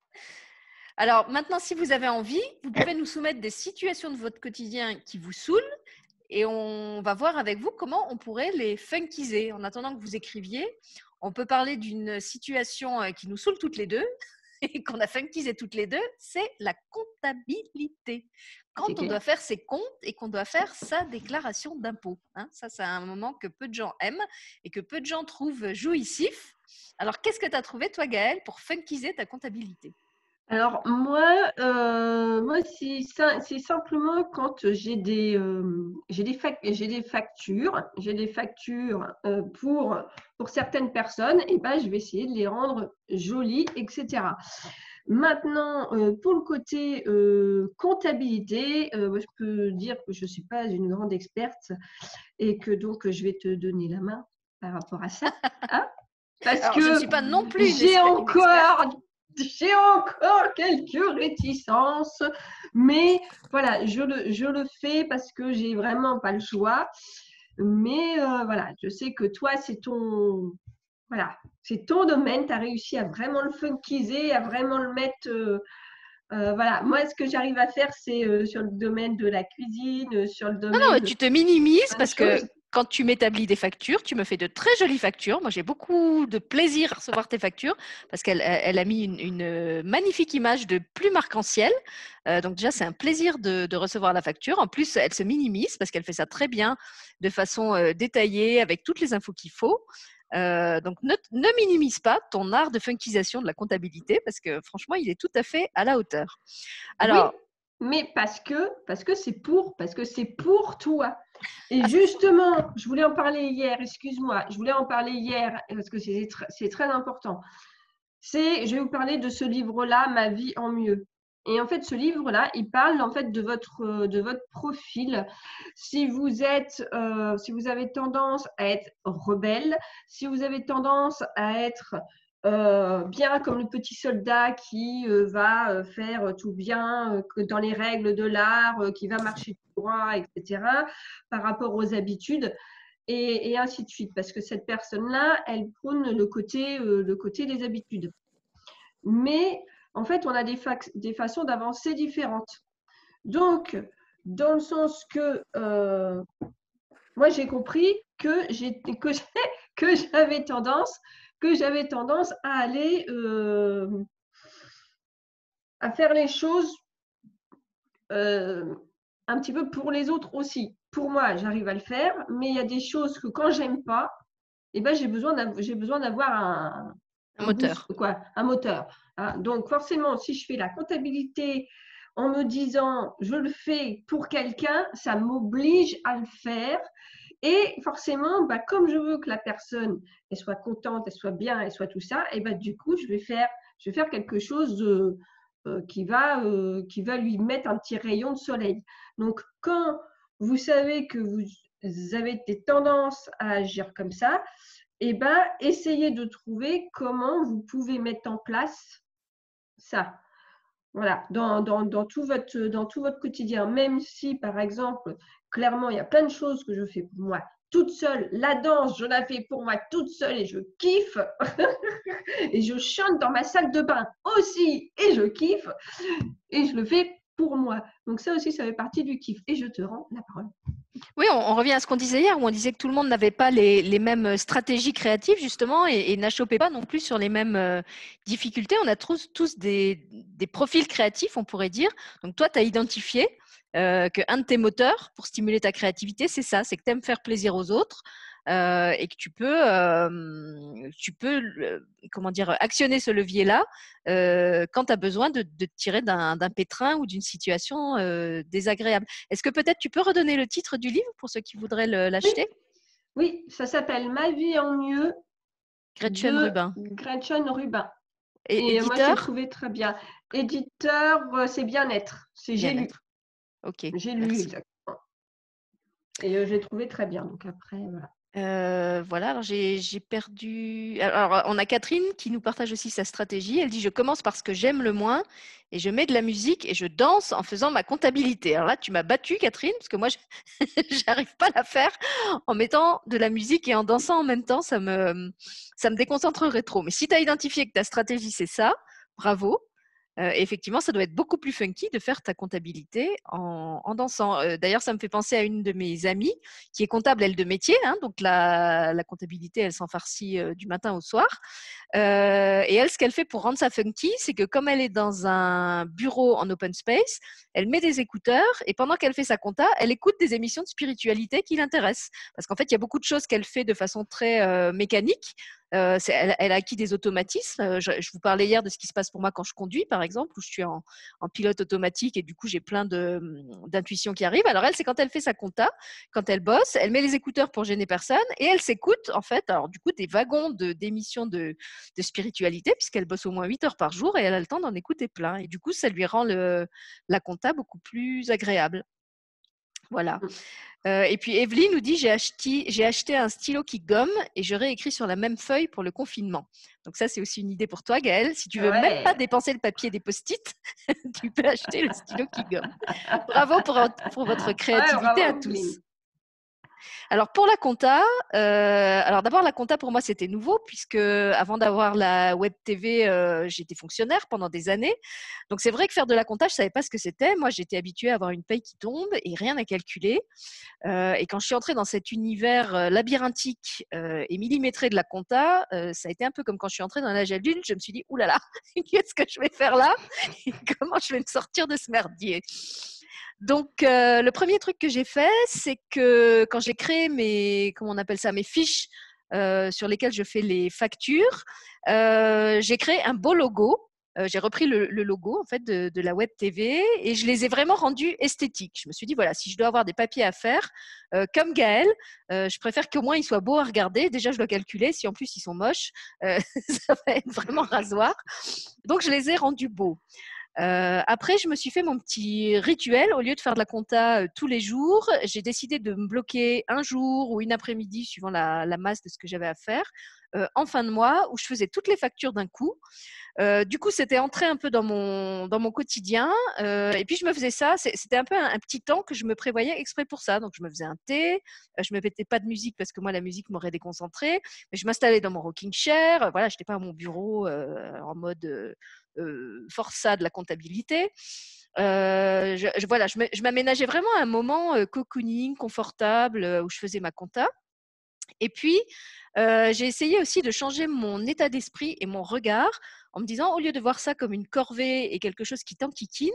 Alors maintenant, si vous avez envie, vous pouvez nous soumettre des situations de votre quotidien qui vous saoulent et on va voir avec vous comment on pourrait les funkiser. En attendant que vous écriviez, on peut parler d'une situation qui nous saoule toutes les deux et qu'on a funkisé toutes les deux, c'est la comptabilité. Quand on doit faire ses comptes et qu'on doit faire sa déclaration d'impôt. Hein, ça, c'est un moment que peu de gens aiment et que peu de gens trouvent jouissif. Alors, qu'est-ce que tu as trouvé, toi, Gaëlle, pour funkiser ta comptabilité ? Alors, moi, euh, moi c'est, c'est simplement quand j'ai des, euh, j'ai des, fac, j'ai des factures, j'ai des factures euh, pour, pour certaines personnes, et ben, je vais essayer de les rendre jolies, et cetera. Maintenant, euh, pour le côté euh, comptabilité, euh, je peux dire que je ne suis pas une grande experte et que donc je vais te donner la main par rapport à ça. Hein, parce Alors, que je ne suis pas non plus une, j'ai une encore, j'ai encore quelques réticences, mais voilà, je le, je le fais parce que j'ai vraiment pas le choix. Mais euh, voilà, je sais que toi, c'est ton, voilà, c'est ton domaine, tu as réussi à vraiment le funkiser, à vraiment le mettre. Euh, euh, voilà, moi, ce que j'arrive à faire, c'est euh, sur le domaine de la cuisine, sur le domaine. Non, non, de tu te minimises parce que choses. quand tu m'établis des factures, tu me fais de très jolies factures. Moi, j'ai beaucoup de plaisir à recevoir tes factures parce qu'elle elle a mis une, une magnifique image de plume arc-en-ciel. Euh, donc déjà, c'est un plaisir de, de recevoir la facture. En plus, elle se minimise parce qu'elle fait ça très bien, de façon euh, détaillée, avec toutes les infos qu'il faut. Euh, donc ne, ne minimise pas ton art de funkisation de la comptabilité parce que franchement, il est tout à fait à la hauteur. Alors, oui, mais parce que parce que c'est pour parce que c'est pour toi. Et justement, je voulais en parler hier. Excuse-moi, je voulais en parler hier parce que c'est tr- c'est très important. C'est, je vais vous parler de ce livre-là, Ma vie en mieux. Et en fait, ce livre-là, il parle en fait de votre de votre profil. Si vous êtes, euh, si vous avez tendance à être rebelle, si vous avez tendance à être euh, bien comme le petit soldat qui euh, va faire tout bien euh, dans les règles de l'art, euh, qui va marcher tout droit, et cetera, par rapport aux habitudes, et, et ainsi de suite. Parce que cette personne-là, elle prône le côté, euh, le côté des habitudes. Mais en fait, on a des, des façons d'avancer différentes. Donc, dans le sens que euh, moi, j'ai compris que, j'ai, que, que j'avais tendance que j'avais tendance à aller euh, à faire les choses euh, un petit peu pour les autres aussi. Pour moi, j'arrive à le faire, mais il y a des choses que quand j'aime pas, eh ben, j'ai besoin d'avoir, j'ai besoin d'avoir un, un un moteur. boost, quoi, un moteur. Hein. Donc forcément, si je fais la comptabilité en me disant je le fais pour quelqu'un, ça m'oblige à le faire. Et forcément, bah, comme je veux que la personne elle soit contente, elle soit bien, elle soit tout ça, et bah, du coup, je vais faire, je vais faire quelque chose euh, euh, qui, va, euh, qui va lui mettre un petit rayon de soleil. Donc, quand vous savez que vous avez des tendances à agir comme ça, et ben, essayez de trouver comment vous pouvez mettre en place ça. Voilà, dans, dans, dans, tout votre, dans tout votre quotidien, même si, par exemple, clairement, il y a plein de choses que je fais pour moi toute seule. La danse, je la fais pour moi toute seule et je kiffe. Et je chante dans ma salle de bain aussi et je kiffe. Et je le fais pour moi. Donc ça aussi, ça fait partie du kiff. Et je te rends la parole. Oui, on, on revient à ce qu'on disait hier, où on disait que tout le monde n'avait pas les, les mêmes stratégies créatives, justement, et, et n'achoppait pas non plus sur les mêmes euh, difficultés. On a tous, tous des, des profils créatifs, on pourrait dire. Donc, toi, tu as identifié euh, qu'un de tes moteurs pour stimuler ta créativité, c'est ça, c'est que tu aimes faire plaisir aux autres. Euh, et que tu peux, euh, tu peux euh, comment dire, actionner ce levier-là euh, quand tu as besoin de, de te tirer d'un, d'un pétrin ou d'une situation euh, désagréable. Est-ce que peut-être tu peux redonner le titre du livre pour ceux qui voudraient le, Oui, l'acheter? oui, ça s'appelle Ma vie en mieux Gretchen de Rubin. Gretchen Rubin. Et Et moi, j'ai éditeur? trouvé très bien. Éditeur, euh, c'est Bien-être. C'est J'ai lu. Bien-être. Ok, J'ai lu, merci. exactement. Et euh, j'ai trouvé très bien. Donc après, voilà. Euh, voilà, alors j'ai j'ai perdu. Alors, on a Catherine qui nous partage aussi sa stratégie. Elle dit: je commence par ce que j'aime le moins et je mets de la musique et je danse en faisant ma comptabilité. Alors là, tu m'as battue, Catherine, parce que moi, je n'arrive pas à la faire en mettant de la musique et en dansant en même temps. Ça me, ça me déconcentrerait trop. Mais si tu as identifié que ta stratégie, c'est ça, bravo. Euh, effectivement, ça doit être beaucoup plus funky de faire ta comptabilité en, en dansant. Euh, d'ailleurs, ça me fait penser à une de mes amies qui est comptable, elle, de métier. Hein, donc, la, la comptabilité, elle s'en farcit euh, du matin au soir. Euh, et elle, ce qu'elle fait pour rendre ça funky, c'est que comme elle est dans un bureau en open space, elle met des écouteurs et pendant qu'elle fait sa compta, elle écoute des émissions de spiritualité qui l'intéressent. Parce qu'en fait, il y a beaucoup de choses qu'elle fait de façon très euh, mécanique. Euh, elle, elle, a acquis des automatismes. Euh, je, je, vous parlais hier de ce qui se passe pour moi quand je conduis, par exemple, où je suis en, en pilote automatique et du coup, j'ai plein de, d'intuitions qui arrivent. Alors, elle, c'est quand elle fait sa compta, quand elle bosse, elle met les écouteurs pour gêner personne et elle s'écoute, en fait, alors du coup, des wagons de, d'émissions de, de spiritualité, puisqu'elle bosse au moins huit heures par jour et elle a le temps d'en écouter plein. Et du coup, ça lui rend le, la compta beaucoup plus agréable. Voilà. Euh, et puis Evelyne nous dit: j'ai acheté, j'ai acheté un stylo qui gomme et je réécris sur la même feuille pour le confinement. Donc ça, c'est aussi une idée pour toi, Gaëlle. Si tu veux même pas Ouais. dépenser le papier des post-it, tu peux acheter le stylo qui gomme. Bravo pour, pour votre Ouais, créativité à bravo, Evelyne. tous. Alors pour la compta, euh, alors d'abord la compta pour moi c'était nouveau puisque avant d'avoir la web T V, euh, j'étais fonctionnaire pendant des années. Donc c'est vrai que faire de la compta, je savais pas ce que c'était. Moi j'étais habituée à avoir une paye qui tombe et rien à calculer. Euh, et quand je suis entrée dans cet univers euh, labyrinthique euh, et millimétré de la compta, euh, ça a été un peu comme quand je suis entrée dans l'âge adulte. Je me suis dit: ouh là là, qu'est-ce que je vais faire là et comment je vais me sortir de ce merdier. Donc, euh, le premier truc que j'ai fait, c'est que quand j'ai créé mes, comment on appelle ça, mes fiches euh, sur lesquelles je fais les factures, euh, j'ai créé un beau logo. Euh, j'ai repris le, le logo en fait de, de la web T V et je les ai vraiment rendus esthétiques. Je me suis dit voilà, si je dois avoir des papiers à faire, euh, comme Gaëlle, euh, je préfère qu'au moins ils soient beaux à regarder. Déjà, je dois calculer si en plus ils sont moches, euh, ça va être vraiment rasoir. Donc, je les ai rendus beaux. Euh, après, je me suis fait mon petit rituel. Au lieu de faire de la compta euh, tous les jours, j'ai décidé de me bloquer un jour ou une après-midi, suivant la, la masse de ce que j'avais à faire, euh, en fin de mois, où je faisais toutes les factures d'un coup. Euh, du coup, c'était entré un peu dans mon, dans mon quotidien. Euh, et puis, je me faisais ça. C'était un peu un, un, petit temps que je me prévoyais exprès pour ça. Donc, je me faisais un thé. Euh, je ne me mettais pas de musique parce que moi, la musique m'aurait déconcentrée. Mais je m'installais dans mon rocking chair. Voilà, je n'étais pas à mon bureau euh, en mode euh, euh, forçat de la comptabilité. Euh, je, je, voilà, je m'aménageais vraiment un moment euh, cocooning, confortable, euh, où je faisais ma compta. Et puis, euh, j'ai essayé aussi de changer mon état d'esprit et mon regard en me disant, au lieu de voir ça comme une corvée et quelque chose qui t'enquiquine,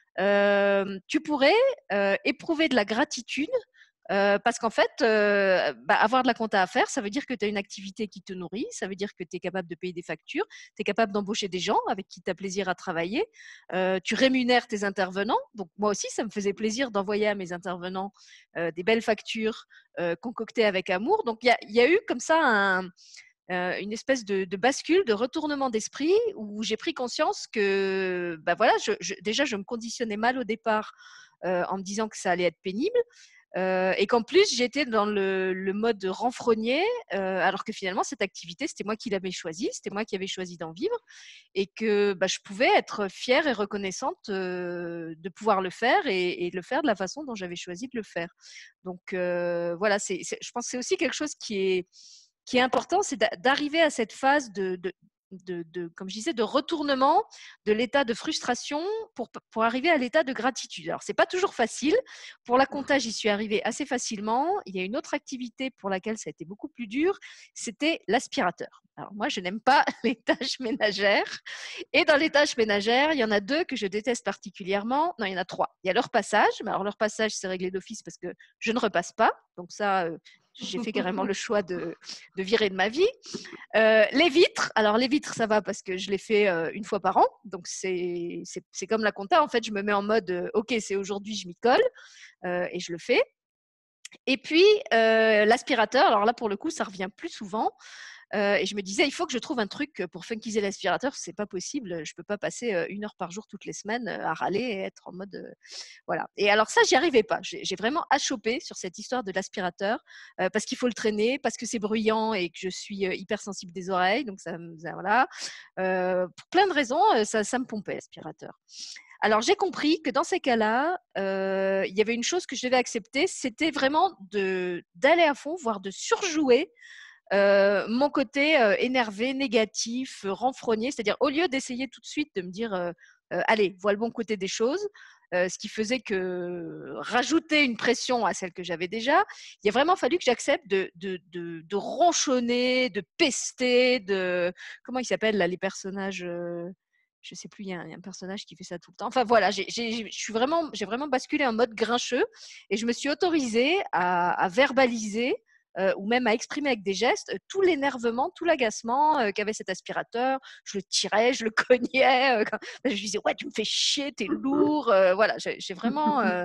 euh, tu pourrais euh, éprouver de la gratitude euh, parce qu'en fait, euh, bah, avoir de la compta à faire, ça veut dire que tu as une activité qui te nourrit, ça veut dire que tu es capable de payer des factures, tu es capable d'embaucher des gens avec qui tu as plaisir à travailler, euh, tu rémunères tes intervenants. Donc moi aussi, ça me faisait plaisir d'envoyer à mes intervenants euh, des belles factures euh, concoctées avec amour. Donc il y, y a eu comme ça un, euh, une espèce de, de bascule, de retournement d'esprit où j'ai pris conscience que bah voilà, je, je, déjà je me conditionnais mal au départ euh, en me disant que ça allait être pénible. Euh, et qu'en plus, j'étais dans le, le mode renfrogné, euh, alors que finalement, cette activité, c'était moi qui l'avais choisie, c'était moi qui avais choisi d'en vivre, et que bah, je pouvais être fière et reconnaissante euh, de pouvoir le faire et, et de le faire de la façon dont j'avais choisi de le faire. Donc euh, voilà, c'est, c'est, je pense que c'est aussi quelque chose qui est, qui est important, c'est d'arriver à cette phase de, de de, de, comme je disais, de retournement de l'état de frustration pour, pour arriver à l'état de gratitude. Alors, ce n'est pas toujours facile. Pour la compta, j'y suis arrivée assez facilement. Il y a une autre activité pour laquelle ça a été beaucoup plus dur, c'était l'aspirateur. Alors, moi, je n'aime pas les tâches ménagères. Et dans les tâches ménagères, il y en a deux que je déteste particulièrement. Non, il y en a trois. Il y a leur passage. Mais alors, leur passage, c'est réglé d'office parce que je ne repasse pas. Donc ça, euh, j'ai fait carrément le choix de, de virer de ma vie. Euh, les vitres, alors les vitres, ça va parce que je les fais euh, une fois par an. Donc, c'est, c'est, c'est comme la compta. En fait, je me mets en mode, euh, OK, c'est aujourd'hui, je m'y colle euh, et je le fais. Et puis, euh, l'aspirateur, alors là, pour le coup, ça revient plus souvent. Euh, et je me disais, il faut que je trouve un truc pour funkiser l'aspirateur. C'est pas possible. Je peux pas passer euh, une heure par jour toutes les semaines euh, à râler et être en mode euh, voilà. Et alors ça, j'y arrivais pas. J'ai, j'ai vraiment achoppé sur cette histoire de l'aspirateur euh, parce qu'il faut le traîner, parce que c'est bruyant et que je suis euh, hypersensible des oreilles. Donc ça, ça voilà. Euh, pour plein de raisons, euh, ça, ça me pompait l'aspirateur. Alors, j'ai compris que dans ces cas-là, euh, il y avait une chose que je devais accepter, c'était vraiment de, d'aller à fond, voire de surjouer euh, mon côté euh, énervé, négatif, euh, renfrogné. C'est-à-dire, au lieu d'essayer tout de suite de me dire, euh, euh, allez, vois le bon côté des choses, euh, ce qui faisait que rajouter une pression à celle que j'avais déjà, il a vraiment fallu que j'accepte de, de, de, de ronchonner, de pester, de… Comment ils s'appellent là, les personnages euh, je sais plus, il y, a un, il y a un personnage qui fait ça tout le temps. Enfin voilà, j'ai, j'ai, je suis vraiment, j'ai vraiment basculé en mode grincheux et je me suis autorisée à, à verbaliser euh, ou même à exprimer avec des gestes tout l'énervement, tout l'agacement euh, qu'avait cet aspirateur. Je le tirais, je le cognais. Euh, quand, je lui disais, ouais, tu me fais chier, t'es lourd. Euh, voilà, j'ai, j'ai vraiment euh,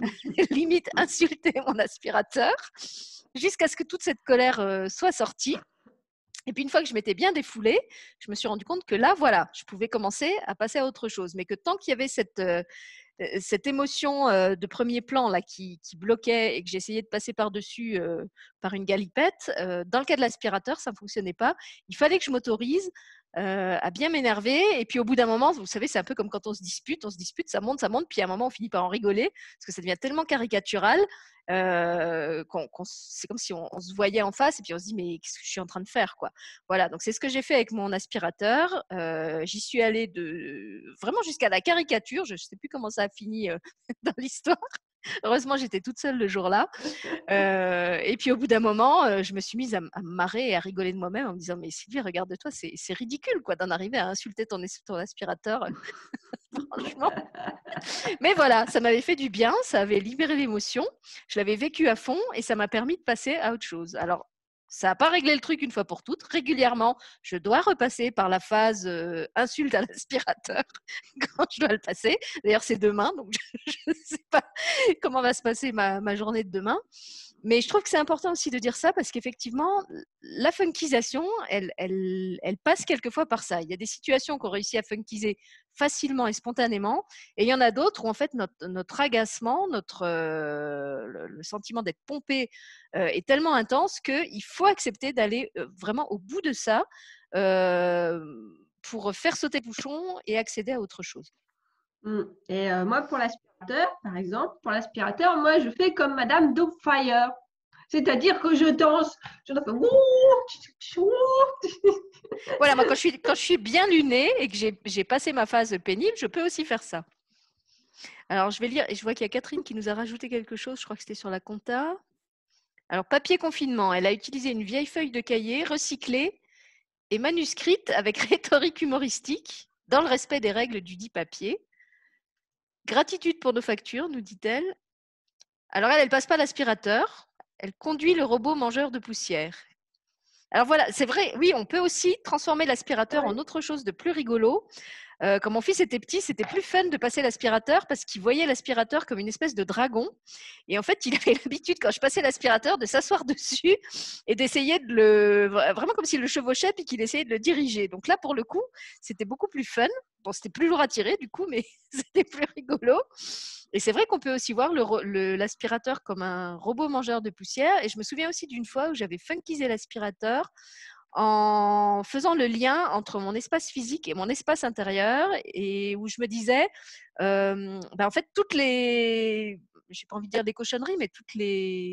limite insulté mon aspirateur jusqu'à ce que toute cette colère euh, soit sortie. Et puis, une fois que je m'étais bien défoulée, je me suis rendu compte que là, voilà, je pouvais commencer à passer à autre chose. Mais que tant qu'il y avait cette, euh, cette émotion euh, de premier plan là, qui, qui bloquait et que j'essayais de passer par-dessus euh, par une galipette, euh, dans le cas de l'aspirateur, ça ne fonctionnait pas. Il fallait que je m'autorise euh, à bien m'énerver. Et puis, au bout d'un moment, vous savez, c'est un peu comme quand on se dispute. On se dispute, ça monte, ça monte. Puis, à un moment, on finit par en rigoler parce que ça devient tellement caricatural. Euh, qu'on, qu'on, c'est comme si on, on se voyait en face et puis on se dit mais qu'est-ce que je suis en train de faire quoi. Voilà, donc c'est ce que j'ai fait avec mon aspirateur. Euh, j'y suis allée de vraiment jusqu'à la caricature. Je ne sais plus comment ça a fini euh, dans l'histoire. Heureusement, j'étais toute seule le jour-là. Euh, et puis au bout d'un moment, euh, je me suis mise à, à me marrer et à rigoler de moi-même en me disant mais Sylvie, regarde-toi, c'est, c'est ridicule quoi d'en arriver à insulter ton, ton aspirateur. Franchement. Mais voilà, ça m'avait fait du bien, ça avait libéré l'émotion, je l'avais vécu à fond et ça m'a permis de passer à autre chose. Alors, ça n'a pas réglé le truc une fois pour toutes. Régulièrement, je dois repasser par la phase euh, insulte à l'aspirateur quand je dois le passer. D'ailleurs, c'est demain, donc je ne sais pas comment va se passer ma, ma journée de demain. Mais je trouve que c'est important aussi de dire ça parce qu'effectivement, la funkisation, elle, elle, elle passe quelquefois par ça. Il y a des situations qu'on réussit à funkiser facilement et spontanément, et il y en a d'autres où en fait notre, notre agacement, notre, euh, le, le sentiment d'être pompé euh, est tellement intense qu'il faut accepter d'aller euh, vraiment au bout de ça euh, pour faire sauter le bouchon et accéder à autre chose. Et euh, moi, pour l'aspirateur, par exemple, pour l'aspirateur, moi, je fais comme Madame Doubtfire. C'est-à-dire que je danse. Je danse. Voilà, moi, quand je suis, quand je suis bien lunée et que j'ai, j'ai passé ma phase pénible, je peux aussi faire ça. Alors, je vais lire, et je vois qu'il y a Catherine qui nous a rajouté quelque chose, je crois que c'était sur la compta. Alors, papier confinement, elle a utilisé une vieille feuille de cahier recyclée et manuscrite avec rhétorique humoristique, dans le respect des règles du dit papier. Gratitude pour nos factures, nous dit-elle. Alors, elle, elle ne passe pas l'aspirateur, elle conduit le robot mangeur de poussière. Alors voilà, c'est vrai, oui, on peut aussi transformer l'aspirateur en autre chose de plus rigolo. Euh, quand mon fils était petit, c'était plus fun de passer l'aspirateur parce qu'il voyait l'aspirateur comme une espèce de dragon. Et en fait, il avait l'habitude, quand je passais l'aspirateur, de s'asseoir dessus et d'essayer de le… Vraiment comme s'il le chevauchait puis qu'il essayait de le diriger. Donc là, pour le coup, c'était beaucoup plus fun. Bon, c'était plus lourd à tirer du coup, mais c'était plus rigolo. Et c'est vrai qu'on peut aussi voir le, le, l'aspirateur comme un robot mangeur de poussière. Et je me souviens aussi d'une fois où j'avais funkisé l'aspirateur en faisant le lien entre mon espace physique et mon espace intérieur et où je me disais, euh, ben en fait, toutes les, j'ai pas envie de dire des cochonneries, mais toutes les,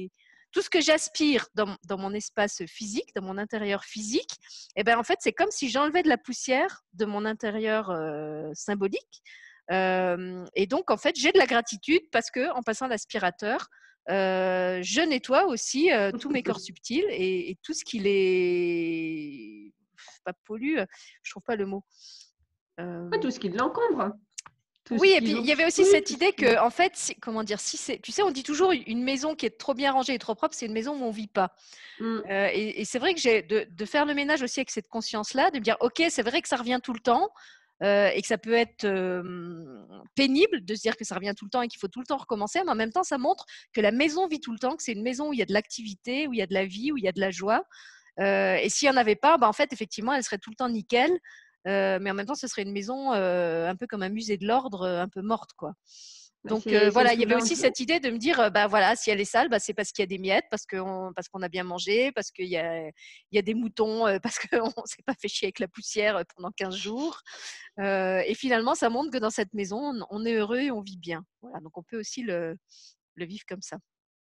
tout ce que j'aspire dans, dans mon espace physique, dans mon intérieur physique, eh ben, en fait, c'est comme si j'enlevais de la poussière de mon intérieur euh, symbolique. Euh, et donc, en fait, j'ai de la gratitude parce que en passant l'aspirateur, euh, je nettoie aussi euh, tous mes corps subtils et, et tout ce qui les pas pollue, je trouve pas le mot. Euh... Ouais, tout ce qui l'encombre. Oui, et puis il y avait aussi cette idée que, en fait, si, comment dire, si c'est, tu sais, on dit toujours une maison qui est trop bien rangée et trop propre, c'est une maison où on vit pas. Mm. Euh, et, et c'est vrai que j'ai de, de faire le ménage aussi avec cette conscience-là, de me dire, ok, c'est vrai que ça revient tout le temps. Euh, et que ça peut être euh, pénible de se dire que ça revient tout le temps et qu'il faut tout le temps recommencer, mais en même temps, ça montre que la maison vit tout le temps, que c'est une maison où il y a de l'activité, où il y a de la vie, où il y a de la joie. Euh, et s'il n'y en avait pas, bah, en fait, effectivement, elle serait tout le temps nickel, euh, mais en même temps, ce serait une maison euh, un peu comme un musée de l'ordre, un peu morte, quoi. Donc euh, voilà, il y avait aussi cette idée de me dire, bah voilà, si elle est sale, bah, c'est parce qu'il y a des miettes, parce qu'on parce qu'on a bien mangé, parce qu'il y a, il y a des moutons, euh, parce qu'on ne s'est pas fait chier avec la poussière pendant quinze jours. Euh, et finalement, ça montre que dans cette maison, on, on est heureux et on vit bien. Voilà, donc on peut aussi le, le vivre comme ça.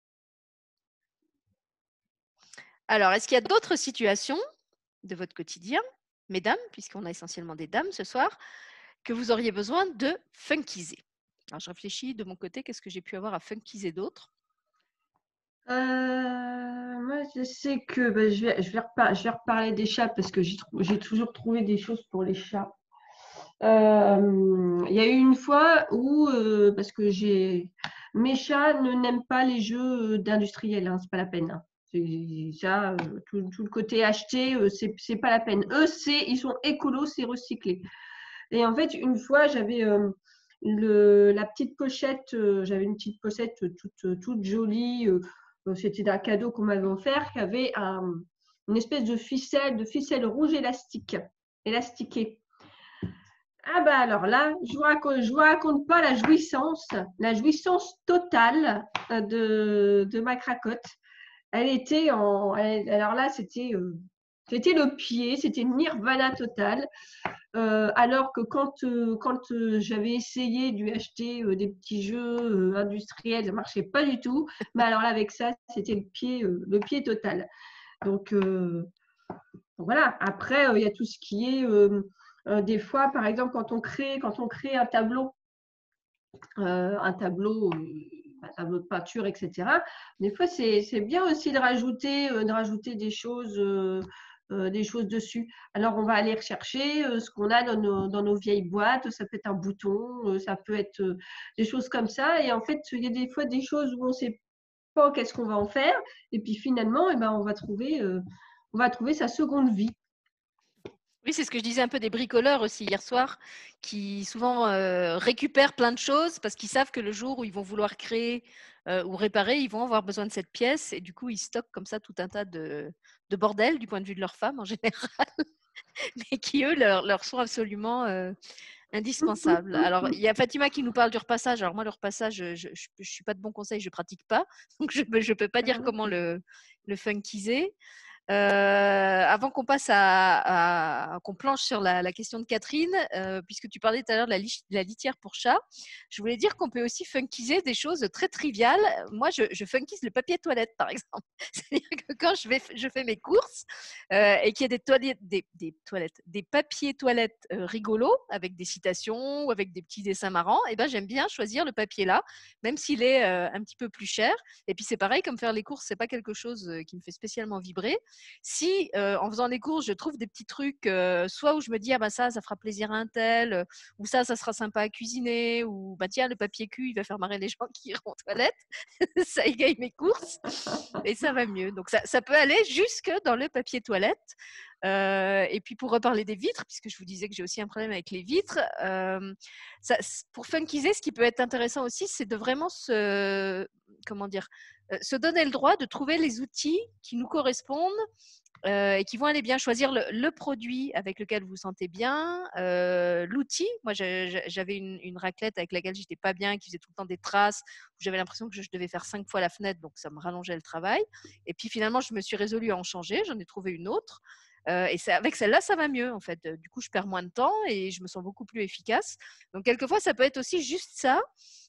Alors, est-ce qu'il y a d'autres situations de votre quotidien, mesdames, puisqu'on a essentiellement des dames ce soir, que vous auriez besoin de funkiser? Alors, je réfléchis de mon côté, qu'est-ce que j'ai pu avoir à funkiser d'autres? euh, Moi, je sais que bah, je, vais, je, vais repar- je vais reparler des chats parce que j'ai, j'ai toujours trouvé des choses pour les chats. Euh, il y a eu une fois où, euh, parce que j'ai mes chats ne n'aiment pas les jeux d'industriels, hein, c'est pas la peine. Hein. C'est, ça, euh, tout, tout le côté acheté, euh, c'est, c'est pas la peine. Eux, c'est, ils sont écolos, c'est recyclé. Et en fait, une fois, j'avais euh, le, la petite pochette, euh, j'avais une petite pochette toute, toute jolie. Euh, c'était un cadeau qu'on m'avait offert, qui avait un, une espèce de ficelle, de ficelle rouge élastique, élastiquée. Ah bah alors là, je vous raconte, je vous raconte pas la jouissance, la jouissance totale de, de ma cracotte. Elle était en, elle, alors là, c'était, euh, c'était le pied, c'était nirvana total. Euh, alors que quand, euh, quand euh, j'avais essayé de lui acheter euh, des petits jeux euh, industriels, ça ne marchait pas du tout. Mais alors là, avec ça, c'était le pied, euh, le pied total. Donc, euh, voilà. Après, il euh, y a tout ce qui est euh, euh, des fois, par exemple, quand on crée, quand on crée un tableau, euh, un tableau, euh, un tableau de peinture, et cetera. Des fois, c'est, c'est bien aussi de rajouter, euh, de rajouter des choses. Euh, Euh, des choses dessus. Alors, on va aller rechercher euh, ce qu'on a dans nos, dans nos vieilles boîtes. Ça peut être un bouton, euh, ça peut être euh, des choses comme ça. Et en fait, il y a des fois des choses où on ne sait pas qu'est-ce qu'on va en faire. Et puis finalement, eh ben, on va trouver, euh, on va trouver sa seconde vie. Oui, c'est ce que je disais un peu des bricoleurs aussi hier soir, qui souvent euh, récupèrent plein de choses parce qu'ils savent que le jour où ils vont vouloir créer euh, ou réparer, ils vont avoir besoin de cette pièce et du coup, ils stockent comme ça tout un tas de, de bordel du point de vue de leur femme en général, mais qui, eux, leur, leur sont absolument euh, indispensables. Alors, il y a Fatima qui nous parle du repassage. Alors moi, le repassage, je ne suis pas de bon conseil, je ne pratique pas, donc je ne peux pas dire comment le, le funkiser. Euh, avant qu'on passe à, à qu'on planche sur la, la question de Catherine, euh, puisque tu parlais tout à l'heure de la, lich, de la litière pour chat, je voulais dire qu'on peut aussi funkiser des choses très triviales. Moi, je, je funkise le papier toilette, par exemple. C'est-à-dire que quand je, vais, je fais mes courses euh, et qu'il y a des toilettes, des, des toilettes, des papiers toilettes euh, rigolos avec des citations ou avec des petits dessins marrants, et ben j'aime bien choisir le papier là, même s'il est euh, un petit peu plus cher. Et puis c'est pareil, comme faire les courses, c'est pas quelque chose qui me fait spécialement vibrer. Si euh, en faisant les courses, je trouve des petits trucs, euh, soit où je me dis ah bah ça, ça fera plaisir à un tel, euh, ou ça, ça sera sympa à cuisiner, ou bah tiens le papier cul, il va faire marrer les gens qui iront aux toilettes, ça égaye mes courses et ça va mieux. Donc ça, ça peut aller jusque dans le papier toilette. Euh, et puis pour reparler des vitres, puisque je vous disais que j'ai aussi un problème avec les vitres, euh, ça, pour funkiser, ce qui peut être intéressant aussi, c'est de vraiment se, comment dire, euh, se donner le droit de trouver les outils qui nous correspondent euh, et qui vont aller bien, choisir le, le produit avec lequel vous vous sentez bien, euh, l'outil. Moi, j'avais une, une raclette avec laquelle j'étais pas bien, qui faisait tout le temps des traces, où j'avais l'impression que je devais faire cinq fois la fenêtre, donc ça me rallongeait le travail. Et puis finalement, je me suis résolue à en changer, j'en ai trouvé une autre. Euh, et avec celle-là, ça va mieux en fait. Du coup, je perds moins de temps et je me sens beaucoup plus efficace. Donc, quelquefois, ça peut être aussi juste ça.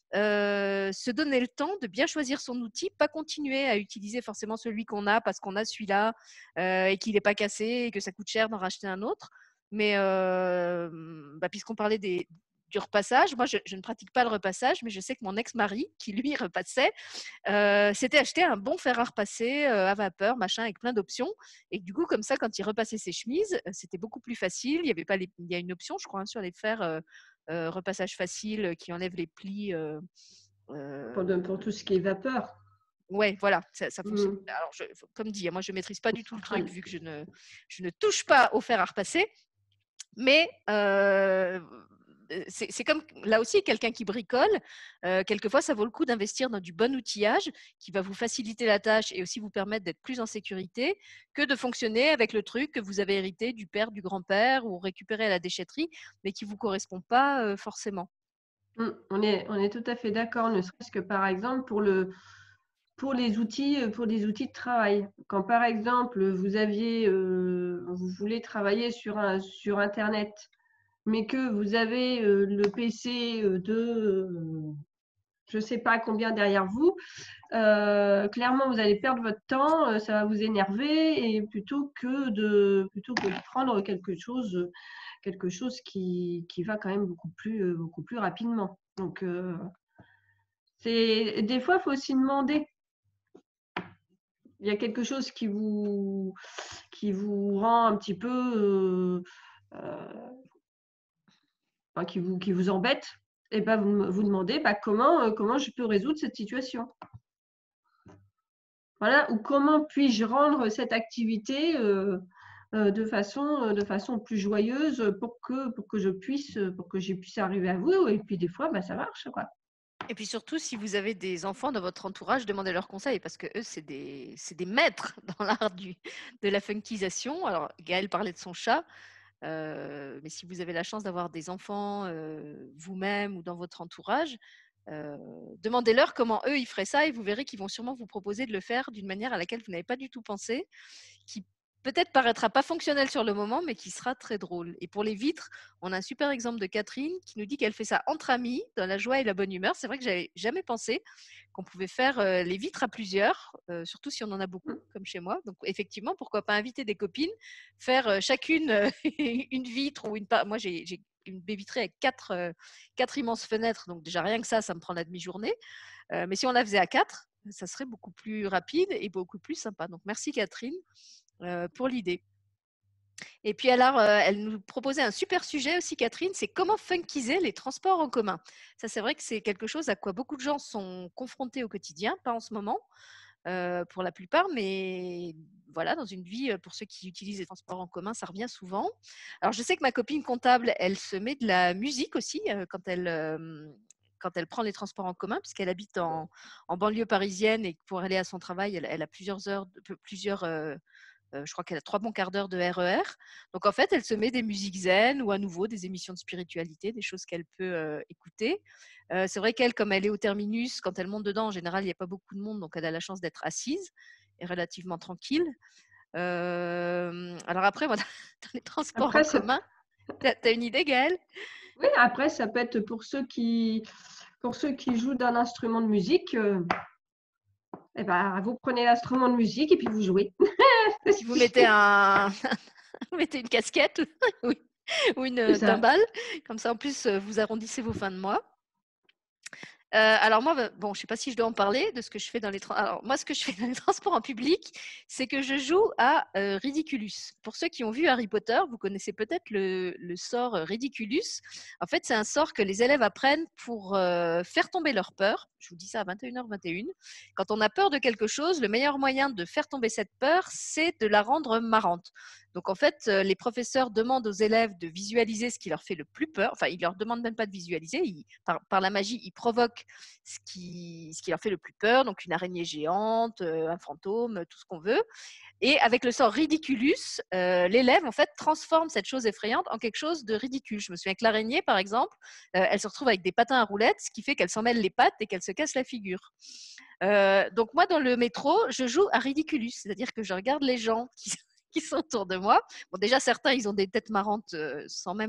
euh, se donner le temps de bien choisir son outil, pas continuer à utiliser forcément celui qu'on a parce qu'on a celui-là euh, et qu'il n'est pas cassé et que ça coûte cher d'en racheter un autre. Mais euh, bah, puisqu'on parlait des, du repassage, moi je, je ne pratique pas le repassage, mais je sais que mon ex-mari, qui lui repassait, euh, s'était acheté un bon fer à repasser euh, à vapeur, machin, avec plein d'options. Et du coup, comme ça, quand il repassait ses chemises, euh, c'était beaucoup plus facile. Il y avait pas les... Il y a une option, je crois, hein, sur les fers euh, euh, repassage facile euh, qui enlève les plis. Euh, Pour, euh, de- pour tout ce qui est vapeur. Ouais, voilà, ça, ça fonctionne. Mm. Alors, je, comme dit, moi, je ne maîtrise pas du tout le truc Centrale. vu que je ne, je ne touche pas au fer à repasser. Mais euh, c'est c'est comme là aussi quelqu'un qui bricole. Euh, quelquefois, ça vaut le coup d'investir dans du bon outillage qui va vous faciliter la tâche et aussi vous permettre d'être plus en sécurité que de fonctionner avec le truc que vous avez hérité du père, du grand-père ou récupéré à la déchetterie, mais qui ne vous correspond pas euh, forcément. Mm. On est, on est tout à fait d'accord, ne serait-ce que par exemple pour le, pour les outils, pour les outils de travail. Quand par exemple vous aviez, euh, vous voulez travailler sur un, sur Internet, mais que vous avez euh, le P C de, euh, je ne sais pas combien derrière vous, euh, clairement vous allez perdre votre temps, euh, ça va vous énerver, et plutôt que de, plutôt que de prendre quelque chose, quelque chose qui, qui va quand même beaucoup plus, euh, beaucoup plus rapidement. Donc euh, c'est des fois, il faut aussi demander. Il y a quelque chose qui vous, qui vous rend un petit peu, euh, euh, enfin, qui vous, qui vous embête, et ben vous vous demandez bah, comment, euh, comment je peux résoudre cette situation. Voilà, ou comment puis-je rendre cette activité euh, euh, de façon, de façon plus joyeuse pour que, pour que je puisse, pour que je puisse arriver à vous. Et puis des fois, bah, ça marche, quoi. Et puis surtout, si vous avez des enfants dans votre entourage, demandez leurs conseils parce que eux, c'est des, c'est des maîtres dans l'art du, de la funkisation. Alors, Gaëlle parlait de son chat, euh, mais si vous avez la chance d'avoir des enfants euh, vous-même ou dans votre entourage, euh, demandez-leur comment eux ils feraient ça et vous verrez qu'ils vont sûrement vous proposer de le faire d'une manière à laquelle vous n'avez pas du tout pensé, qui peut-être paraîtra pas fonctionnel sur le moment, mais qui sera très drôle. Et pour les vitres, on a un super exemple de Catherine qui nous dit qu'elle fait ça entre amis, dans la joie et la bonne humeur. C'est vrai que j'avais jamais pensé qu'on pouvait faire euh, les vitres à plusieurs, euh, surtout si on en a beaucoup, comme chez moi. Donc effectivement, pourquoi pas inviter des copines, faire euh, chacune euh, une vitre ou une. Moi, j'ai, j'ai une baie vitrée avec quatre, euh, quatre immenses fenêtres, donc déjà rien que ça, ça me prend la demi-journée. Euh, mais si on la faisait à quatre, ça serait beaucoup plus rapide et beaucoup plus sympa. Donc merci Catherine euh, pour l'idée. Et puis alors, euh, elle nous proposait un super sujet aussi, Catherine, c'est comment funkiser les transports en commun. Ça, c'est vrai que c'est quelque chose à quoi beaucoup de gens sont confrontés au quotidien, pas en ce moment, euh, pour la plupart, mais voilà, dans une vie, pour ceux qui utilisent les transports en commun, ça revient souvent. Alors, je sais que ma copine comptable, elle se met de la musique aussi euh, quand elle... Euh, quand elle prend les transports en commun, puisqu'elle habite en, en banlieue parisienne et pour aller à son travail, elle, elle a plusieurs heures, plusieurs euh, euh, je crois qu'elle a trois bons quarts d'heure de R E R. Donc en fait, elle se met des musiques zen ou à nouveau des émissions de spiritualité, des choses qu'elle peut euh, écouter. Euh, c'est vrai qu'elle, comme elle est au terminus, quand elle monte dedans, en général, il n'y a pas beaucoup de monde, donc elle a la chance d'être assise et relativement tranquille. Euh, alors après, moi, dans les transports Après, en ça, commun, tu as une idée, Gaëlle? oui, après, ça peut être pour ceux qui, pour ceux qui jouent d'un instrument de musique. Euh, eh ben, vous prenez l'instrument de musique et puis vous jouez. Si vous mettez, un... vous mettez une casquette ou C'est une ça. timbale, comme ça en plus vous arrondissez vos fins de mois. Euh, alors moi, bon, je ne sais pas si je dois en parler de ce que je fais dans les transports. Alors moi, ce que je fais dans les transports en public, c'est que je joue à euh, Ridiculus. Pour ceux qui ont vu Harry Potter, vous connaissez peut-être le, le sort Ridiculus. En fait, c'est un sort que les élèves apprennent pour euh, faire tomber leur peur. Je vous dis ça à vingt et une heures vingt et une. Quand on a peur de quelque chose, le meilleur moyen de faire tomber cette peur, c'est de la rendre marrante. Donc en fait, les professeurs demandent aux élèves de visualiser ce qui leur fait le plus peur. Enfin, ils leur demandent même pas de visualiser. Ils, par, par la magie, ils provoquent ce qui, ce qui leur fait le plus peur. Donc une araignée géante, un fantôme, tout ce qu'on veut. Et avec le sort Ridiculus, euh, l'élève en fait transforme cette chose effrayante en quelque chose de ridicule. Je me souviens que l'araignée, par exemple, euh, elle se retrouve avec des patins à roulettes, ce qui fait qu'elle s'en mêle les pattes et qu'elle se casse la figure. Euh, donc moi, dans le métro, je joue à Ridiculus, c'est-à-dire que je regarde les gens qui qui sont autour de moi. Bon, déjà, certains, ils ont des têtes marrantes euh, sans même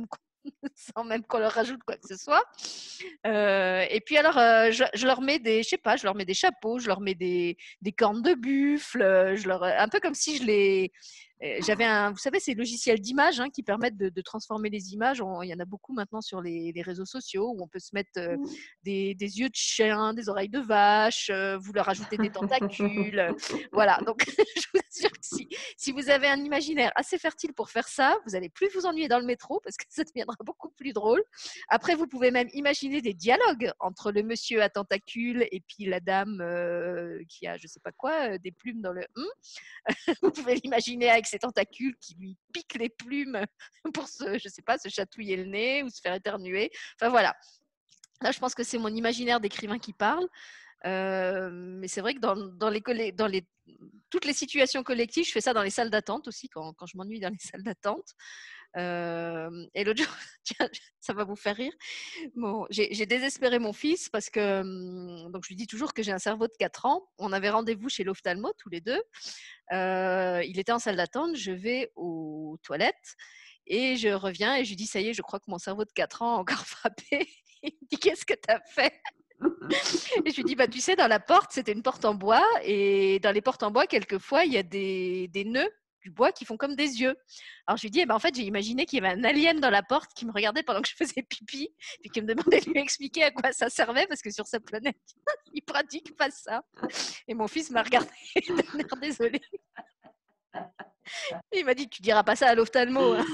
sans même qu'on leur rajoute quoi que ce soit. Euh, et puis alors, euh, je, je leur mets des, je sais pas, je leur mets des chapeaux, je leur mets des, des cornes de buffle, euh, je leur, un peu comme si je les, euh, j'avais un, vous savez, ces logiciels d'image hein, qui permettent de, de transformer les images. On- il y en a beaucoup maintenant sur les, les réseaux sociaux où on peut se mettre euh, des, des yeux de chien, des oreilles de vache, euh, vous leur ajoutez des tentacules, euh, voilà. Donc, je vous assure que si, si vous avez un imaginaire assez fertile pour faire ça, vous allez plus vous ennuyer dans le métro parce que ça deviendra beaucoup plus drôle. Après, vous pouvez même imaginer des dialogues entre le monsieur à tentacules et puis la dame euh, qui a, je sais pas quoi, euh, des plumes dans le hum. Vous pouvez l'imaginer avec ses tentacules qui lui piquent les plumes pour se, je sais pas, se chatouiller le nez ou se faire éternuer. Enfin voilà. Là, je pense que c'est mon imaginaire d'écrivain qui parle. Euh, mais c'est vrai que dans, dans, les, dans les, toutes les situations collectives, je fais ça dans les salles d'attente aussi, quand, quand je m'ennuie dans les salles d'attente. Euh, et l'autre jour, tiens, ça va vous faire rire. Bon, j'ai, j'ai désespéré mon fils parce que hum, donc je lui dis toujours que j'ai un cerveau de quatre ans. On avait rendez-vous chez l'ophtalmo tous les deux. Euh, il était en salle d'attente. Je vais aux toilettes et je reviens et je lui dis ça y est, je crois que mon cerveau de quatre ans a encore frappé. Il me dit qu'est-ce que tu as fait? Et je lui dis bah tu sais dans la porte c'était une porte en bois et dans les portes en bois quelquefois il y a des, des nœuds du bois qui font comme des yeux. Alors je lui dis eh ben, en fait j'ai imaginé qu'il y avait un alien dans la porte qui me regardait pendant que je faisais pipi et qui me demandait de lui expliquer à quoi ça servait parce que sur sa planète il pratique pas ça. Et mon fils m'a regardé d'un air désolé. Il m'a dit tu diras pas ça à l'ophtalmo. Hein.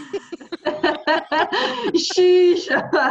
Chiche.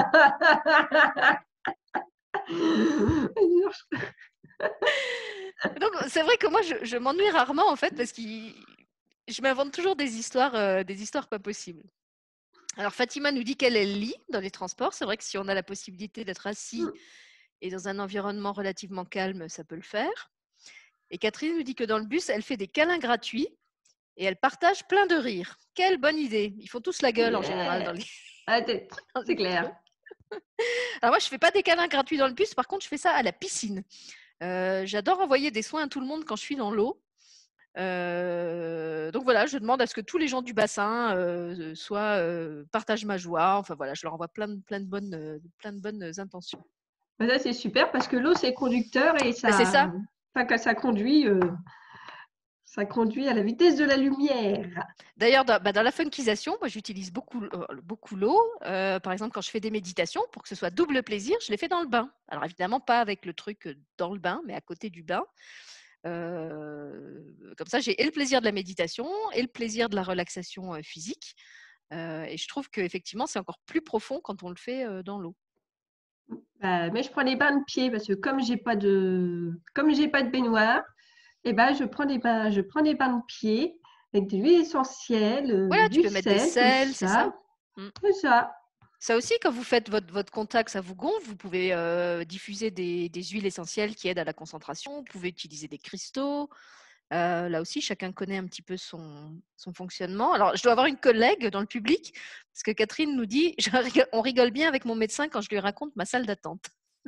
Donc c'est vrai que moi je, je m'ennuie rarement en fait parce que je m'invente toujours des histoires, euh, des histoires pas possibles. Alors Fatima nous dit qu'elle elle lit dans les transports. C'est vrai que si on a la possibilité d'être assis et dans un environnement relativement calme, ça peut le faire. Et Catherine nous dit que dans le bus, elle fait des câlins gratuits et elle partage plein de rires. Quelle bonne idée. Ils font tous la gueule en général dans Yeah. les, Ah, t'es- dans c'est les clair. métros. Alors moi, je fais pas des câlins gratuits dans le bus. Par contre, je fais ça à la piscine. Euh, j'adore envoyer des soins à tout le monde quand je suis dans l'eau. Euh, donc voilà, je demande à ce que tous les gens du bassin euh, soient euh, partagent ma joie. Enfin voilà, je leur envoie plein de, plein de bonnes, euh, plein de bonnes intentions. Bah, ça, c'est super parce que l'eau, c'est conducteur et Ben, c'est ça, ça. enfin, que ça conduit, euh, ça conduit à la vitesse de la lumière. D'ailleurs, dans, bah, dans la funkisation, moi j'utilise beaucoup, euh, beaucoup l'eau. Euh, par exemple, quand je fais des méditations, pour que ce soit double plaisir, je les fais dans le bain. Alors évidemment, pas avec le truc dans le bain, mais à côté du bain. Euh, comme ça, j'ai et le plaisir de la méditation et le plaisir de la relaxation euh, physique. Euh, et je trouve qu'effectivement, c'est encore plus profond quand on le fait euh, dans l'eau. Bah, mais je prends les bains de pied parce que comme j'ai pas de, comme j'ai pas de baignoire, et ben je prends des bains, je prends des bains de pied avec de l'huile essentielle, euh, Voilà, tu du peux mettre des sel, tout sels, c'est ça. ça, Mm. tout ça. Ça aussi, quand vous faites votre, votre contact, ça vous gonfle, vous pouvez euh, diffuser des, des huiles essentielles qui aident à la concentration, vous pouvez utiliser des cristaux. Euh, là aussi, chacun connaît un petit peu son, son fonctionnement. Alors, je dois avoir une collègue dans le public, parce que Catherine nous dit, je rigole- on rigole bien avec mon médecin quand je lui raconte ma salle d'attente.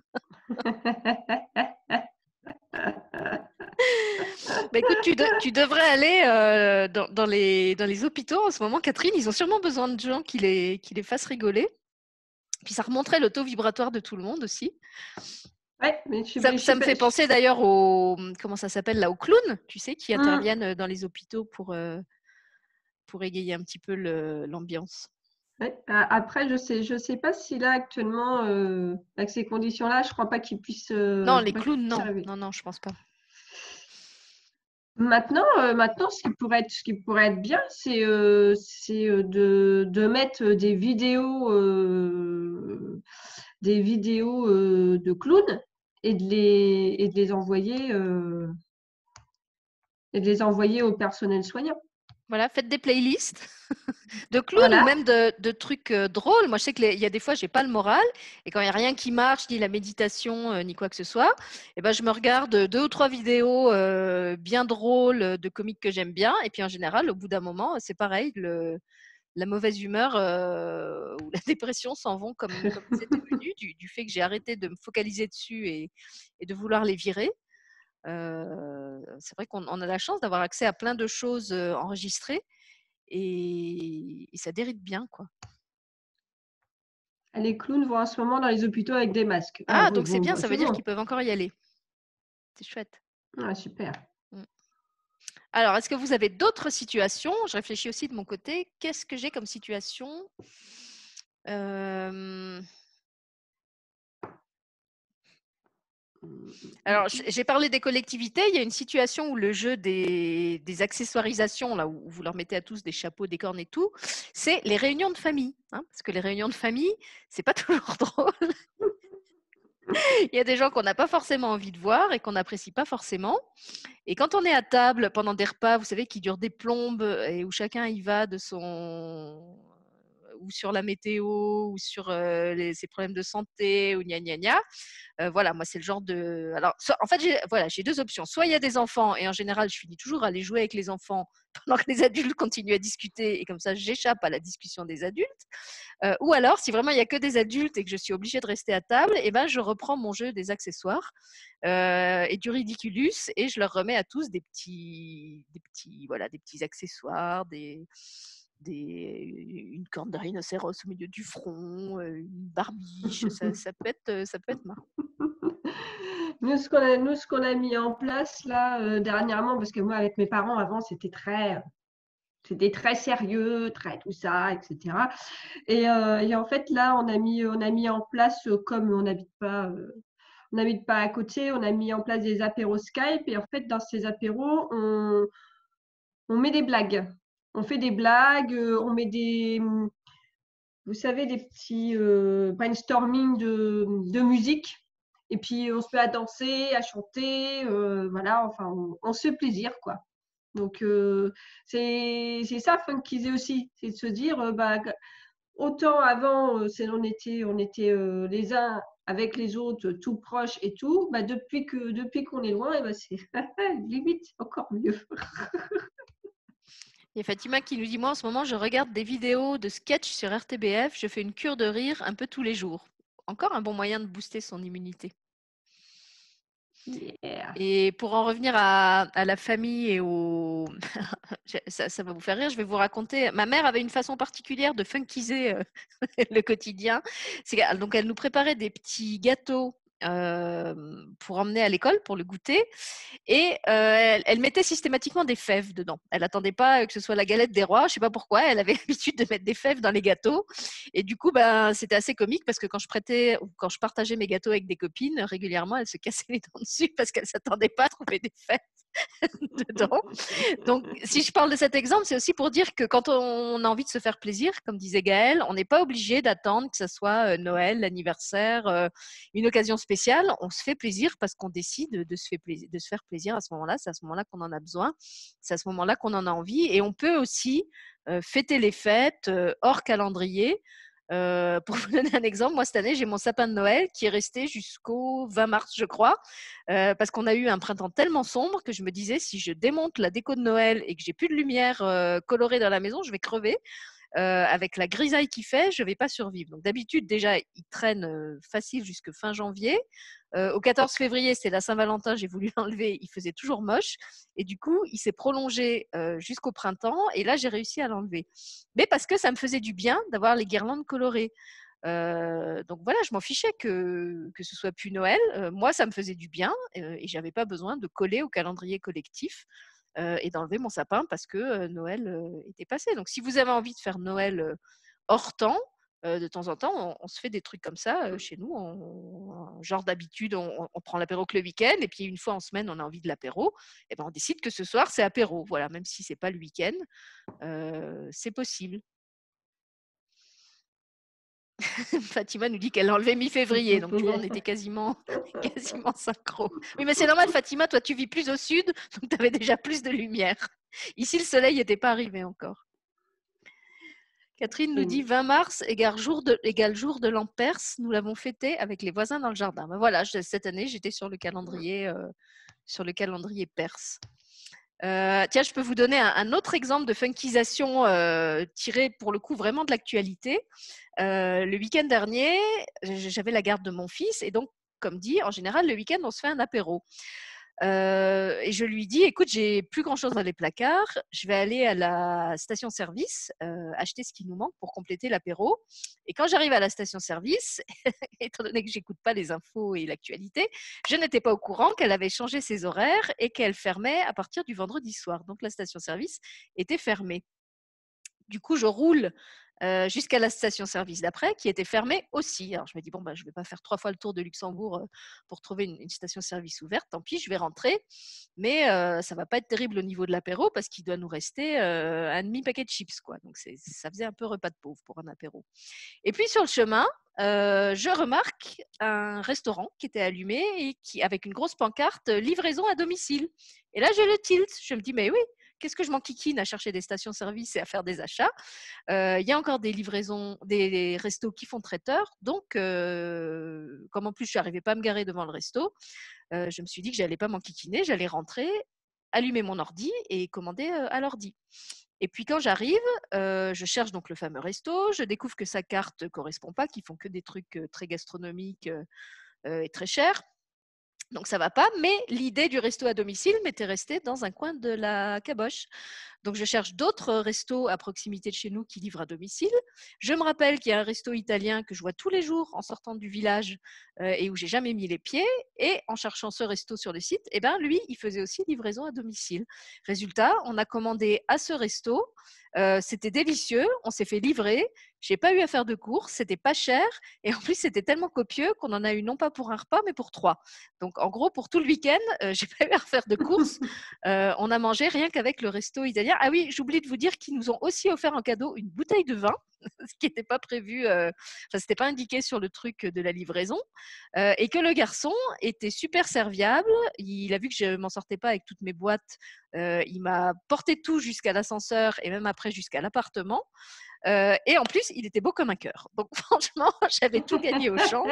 Bah, écoute, tu, de- tu devrais aller euh, dans, dans les, dans les hôpitaux en ce moment, Catherine. Ils ont sûrement besoin de gens qui les, qui les fassent rigoler. Puis ça remonterait le taux vibratoire de tout le monde aussi. Ouais, mais je suis, Ça, je ça suis me pas. fait je- penser d'ailleurs au, comment ça s'appelle là, aux clowns, tu sais, qui Hum. interviennent dans les hôpitaux pour, euh, pour égayer un petit peu le- l'ambiance. Ouais. A- Après, je sais, je sais pas si là actuellement, euh, avec ces conditions-là, je crois pas qu'ils puissent, euh, Non, je les crois pas qu'ils clowns, puissent y non. arriver. Non, non, je pense pas. Maintenant, euh, maintenant, ce qui pourrait être, ce qui pourrait être bien, c'est euh, c'est euh, de, de mettre des vidéos, euh, des vidéos euh, de clowns et de les, et de les envoyer, euh, et de les envoyer au personnel soignant. Voilà, faites des playlists de clowns ou Voilà. même de, de trucs euh, drôles. Moi, je sais qu'il y a des fois, j'ai pas le moral et quand il n'y a rien qui marche, ni la méditation, euh, ni quoi que ce soit, eh ben, je me regarde deux ou trois vidéos euh, bien drôles euh, de comiques que j'aime bien. Et puis en général, au bout d'un moment, c'est pareil, le, la mauvaise humeur euh, ou la dépression s'en vont comme, comme ils étaient venus du, du fait que j'ai arrêté de me focaliser dessus et, et de vouloir les virer. Euh, c'est vrai qu'on on a la chance d'avoir accès à plein de choses euh, enregistrées et, et ça dérite bien, quoi. Les clowns vont en ce moment dans les hôpitaux avec des masques. Ah, oui, donc c'est bon, bien, bah, ça c'est veut dire bon. qu'ils peuvent encore y aller. C'est chouette. Ah, super. Mmh. Alors, est-ce que vous avez d'autres situations? Je réfléchis aussi de mon côté. Qu'est-ce que j'ai comme situation? Hem Alors, j j'ai parlé des collectivités. Il y a une situation où le jeu des des accessoirisations, là, où vous leur mettez à tous des chapeaux, des cornes et tout, c'est les réunions de famille, hein, parce que les réunions de famille, c'est pas toujours drôle. Il y a des gens qu'on n'a pas forcément envie de voir et qu'on n'apprécie pas forcément. Et quand on est à table pendant des repas, vous savez, qui durent des plombes et où chacun y va de son ou sur la météo ou sur euh, les, ses problèmes de santé ou gna gna gna. Euh, voilà, moi c'est le genre de. Alors, soit, en fait, j'ai voilà, j'ai deux options. Soit il y a des enfants et en général, je finis toujours à aller jouer avec les enfants pendant que les adultes continuent à discuter et comme ça, j'échappe à la discussion des adultes. Euh, ou alors, si vraiment il n'y a que des adultes et que je suis obligée de rester à table, eh ben, je reprends mon jeu des accessoires euh, et du ridiculus et je leur remets à tous des petits, des petits, voilà, des petits accessoires, des, des, une corne de rhinocéros au milieu du front, une barbiche, ça, ça peut être, ça peut être marrant. Nous, ce qu'on a, nous, ce qu'on a mis en place là euh, dernièrement, parce que moi, avec mes parents, avant, c'était très, c'était très sérieux, très tout ça, et cetera. Et, euh, et en fait, là, on a mis, on a mis en place, euh, comme on n'habite pas, euh, on n'habite pas à côté, on a mis en place des apéros Skype. Et en fait, dans ces apéros, on, on met des blagues. On fait des blagues, euh, on met des, vous savez, des petits euh, brainstorming de, de musique. Et puis, on se met à danser, à chanter. Euh, voilà, enfin, on, on se fait plaisir, quoi. Donc, euh, c'est c'est ça, funkiser aussi. C'est de se dire, euh, bah, autant avant, euh, c'est- on était, on était euh, les uns avec les autres, tout proches et tout. Bah, depuis que, depuis qu'on est loin, et bah, c'est limite encore mieux. Il y a Fatima qui nous dit, moi en ce moment, je regarde des vidéos de sketch sur R T B F, je fais une cure de rire un peu tous les jours. Encore un bon moyen de booster son immunité. Yeah. Et pour en revenir à, à la famille et au... ça, ça va vous faire rire, je vais vous raconter. Ma mère avait une façon particulière de funkiser euh, le quotidien. C'est, donc, elle nous préparait des petits gâteaux euh, pour emmener à l'école, pour le goûter. Et euh, elle, elle mettait systématiquement des fèves dedans. Elle n'attendait pas que ce soit la galette des rois. Je ne sais pas pourquoi. Elle avait l'habitude de mettre des fèves dans les gâteaux. Et du coup, ben, c'était assez comique parce que quand je prêtais, ou quand je partageais mes gâteaux avec des copines, régulièrement, elle se cassait les dents dessus parce qu'elle ne s'attendait pas à trouver des fèves dedans. Donc, si je parle de cet exemple, c'est aussi pour dire que quand on a envie de se faire plaisir, comme disait Gaëlle, on n'est pas obligé d'attendre que ce soit Noël, l'anniversaire, euh, une occasion spéciale. On se fait plaisir parce qu'on décide de se, fait plaisir, de se faire plaisir à ce moment-là. C'est à ce moment-là qu'on en a besoin. C'est à ce moment-là qu'on en a envie. Et on peut aussi euh, fêter les fêtes euh, hors calendrier. Euh, pour vous donner un exemple, moi cette année j'ai mon sapin de Noël qui est resté jusqu'au vingt mars je crois, euh, parce qu'on a eu un printemps tellement sombre que je me disais si je démonte la déco de Noël et que j'ai plus de lumière euh, colorée dans la maison, je vais crever. Euh, avec la grisaille qu'il fait, je ne vais pas survivre. Donc d'habitude, déjà, il traîne euh, facile jusque fin janvier. Euh, au quatorze février, c'est la Saint-Valentin, j'ai voulu l'enlever, il faisait toujours moche. Et du coup, il s'est prolongé euh, jusqu'au printemps. Et là, j'ai réussi à l'enlever. Mais parce que ça me faisait du bien d'avoir les guirlandes colorées. Euh, donc voilà, je m'en fichais que, que ce soit plus Noël. Euh, moi, ça me faisait du bien euh, et j'avais pas besoin de coller au calendrier collectif euh, et d'enlever mon sapin parce que euh, Noël euh, était passé. Donc si vous avez envie de faire Noël euh, hors temps, euh, de temps en temps, on, on se fait des trucs comme ça euh, chez nous. On, on, genre d'habitude, on, on prend l'apéro que le week-end et puis une fois en semaine, on a envie de l'apéro. Et ben on décide que ce soir c'est apéro. Voilà, même si c'est pas le week-end, euh, c'est possible. Fatima nous dit qu'elle l'a enlevé mi-février, donc tu vois, on était quasiment, quasiment synchro. Oui, mais c'est normal, Fatima, toi tu vis plus au sud, donc tu avais déjà plus de lumière. Ici, le soleil n'était pas arrivé encore. Catherine nous dit vingt mars égale jour de, égale jour de l'an perse, nous l'avons fêté avec les voisins dans le jardin. Ben voilà, cette année, j'étais sur le calendrier, euh, sur le calendrier perse. Euh, tiens, je peux vous donner un, un autre exemple de funkisation euh, tiré pour le coup vraiment de l'actualité. Euh, le week-end dernier, j'avais la garde de mon fils et donc, comme dit, en général, le week-end, on se fait un apéro. Euh, et je lui dis, écoute, j'ai plus grand-chose dans les placards, je vais aller à la station-service euh, acheter ce qui nous manque pour compléter l'apéro. Et quand j'arrive à la station-service, étant donné que j'écoute pas les infos et l'actualité, je n'étais pas au courant qu'elle avait changé ses horaires et qu'elle fermait à partir du vendredi soir. Donc la station-service était fermée. Du coup, je roule euh, jusqu'à la station-service d'après, qui était fermée aussi. Alors, je me dis, bon, bah, je ne vais pas faire trois fois le tour de Luxembourg euh, pour trouver une, une station-service ouverte. Tant pis, je vais rentrer. Mais euh, ça ne va pas être terrible au niveau de l'apéro parce qu'il doit nous rester euh, un demi-paquet de chips, quoi. Donc, c'est, ça faisait un peu repas de pauvre pour un apéro. Et puis, sur le chemin, euh, je remarque un restaurant qui était allumé et qui, avec une grosse pancarte, livraison à domicile. Et là, je le tilt. Je me dis, mais oui, qu'est-ce que je m'enquiquine à chercher des stations-service et à faire des achats. Euh, Il y a encore des livraisons, des, des restos qui font traiteur. Donc, euh, comme en plus je n'arrivais pas à me garer devant le resto, euh, je me suis dit que je n'allais pas m'enquiquiner, j'allais rentrer, allumer mon ordi et commander euh, à l'ordi. Et puis quand j'arrive, euh, je cherche donc le fameux resto, je découvre que sa carte ne correspond pas, qu'ils font que des trucs euh, très gastronomiques euh, et très chers. Donc ça va pas, mais l'idée du resto à domicile m'était restée dans un coin de la caboche. Donc je cherche d'autres restos à proximité de chez nous qui livrent à domicile. Je me rappelle qu'il y a un resto italien que je vois tous les jours en sortant du village euh, et où j'ai jamais mis les pieds. Et en cherchant ce resto sur le site, eh ben lui, il faisait aussi livraison à domicile. Résultat, on a commandé à ce resto. Euh, c'était délicieux, on s'est fait livrer. J'ai pas eu à faire de courses, c'était pas cher et en plus c'était tellement copieux qu'on en a eu non pas pour un repas mais pour trois. Donc en gros pour tout le week-end, euh, j'ai pas eu à refaire de courses. Euh, on a mangé rien qu'avec le resto italien. Ah oui, j'oublie de vous dire qu'ils nous ont aussi offert en cadeau une bouteille de vin, ce qui n'était pas prévu, euh, enfin c'était pas indiqué sur le truc de la livraison, euh, et que le garçon était super serviable. Il a vu que je m'en sortais pas avec toutes mes boîtes. Euh, il m'a porté tout jusqu'à l'ascenseur et même après jusqu'à l'appartement. Euh, et en plus, il était beau comme un cœur. Donc franchement, j'avais tout gagné au champ.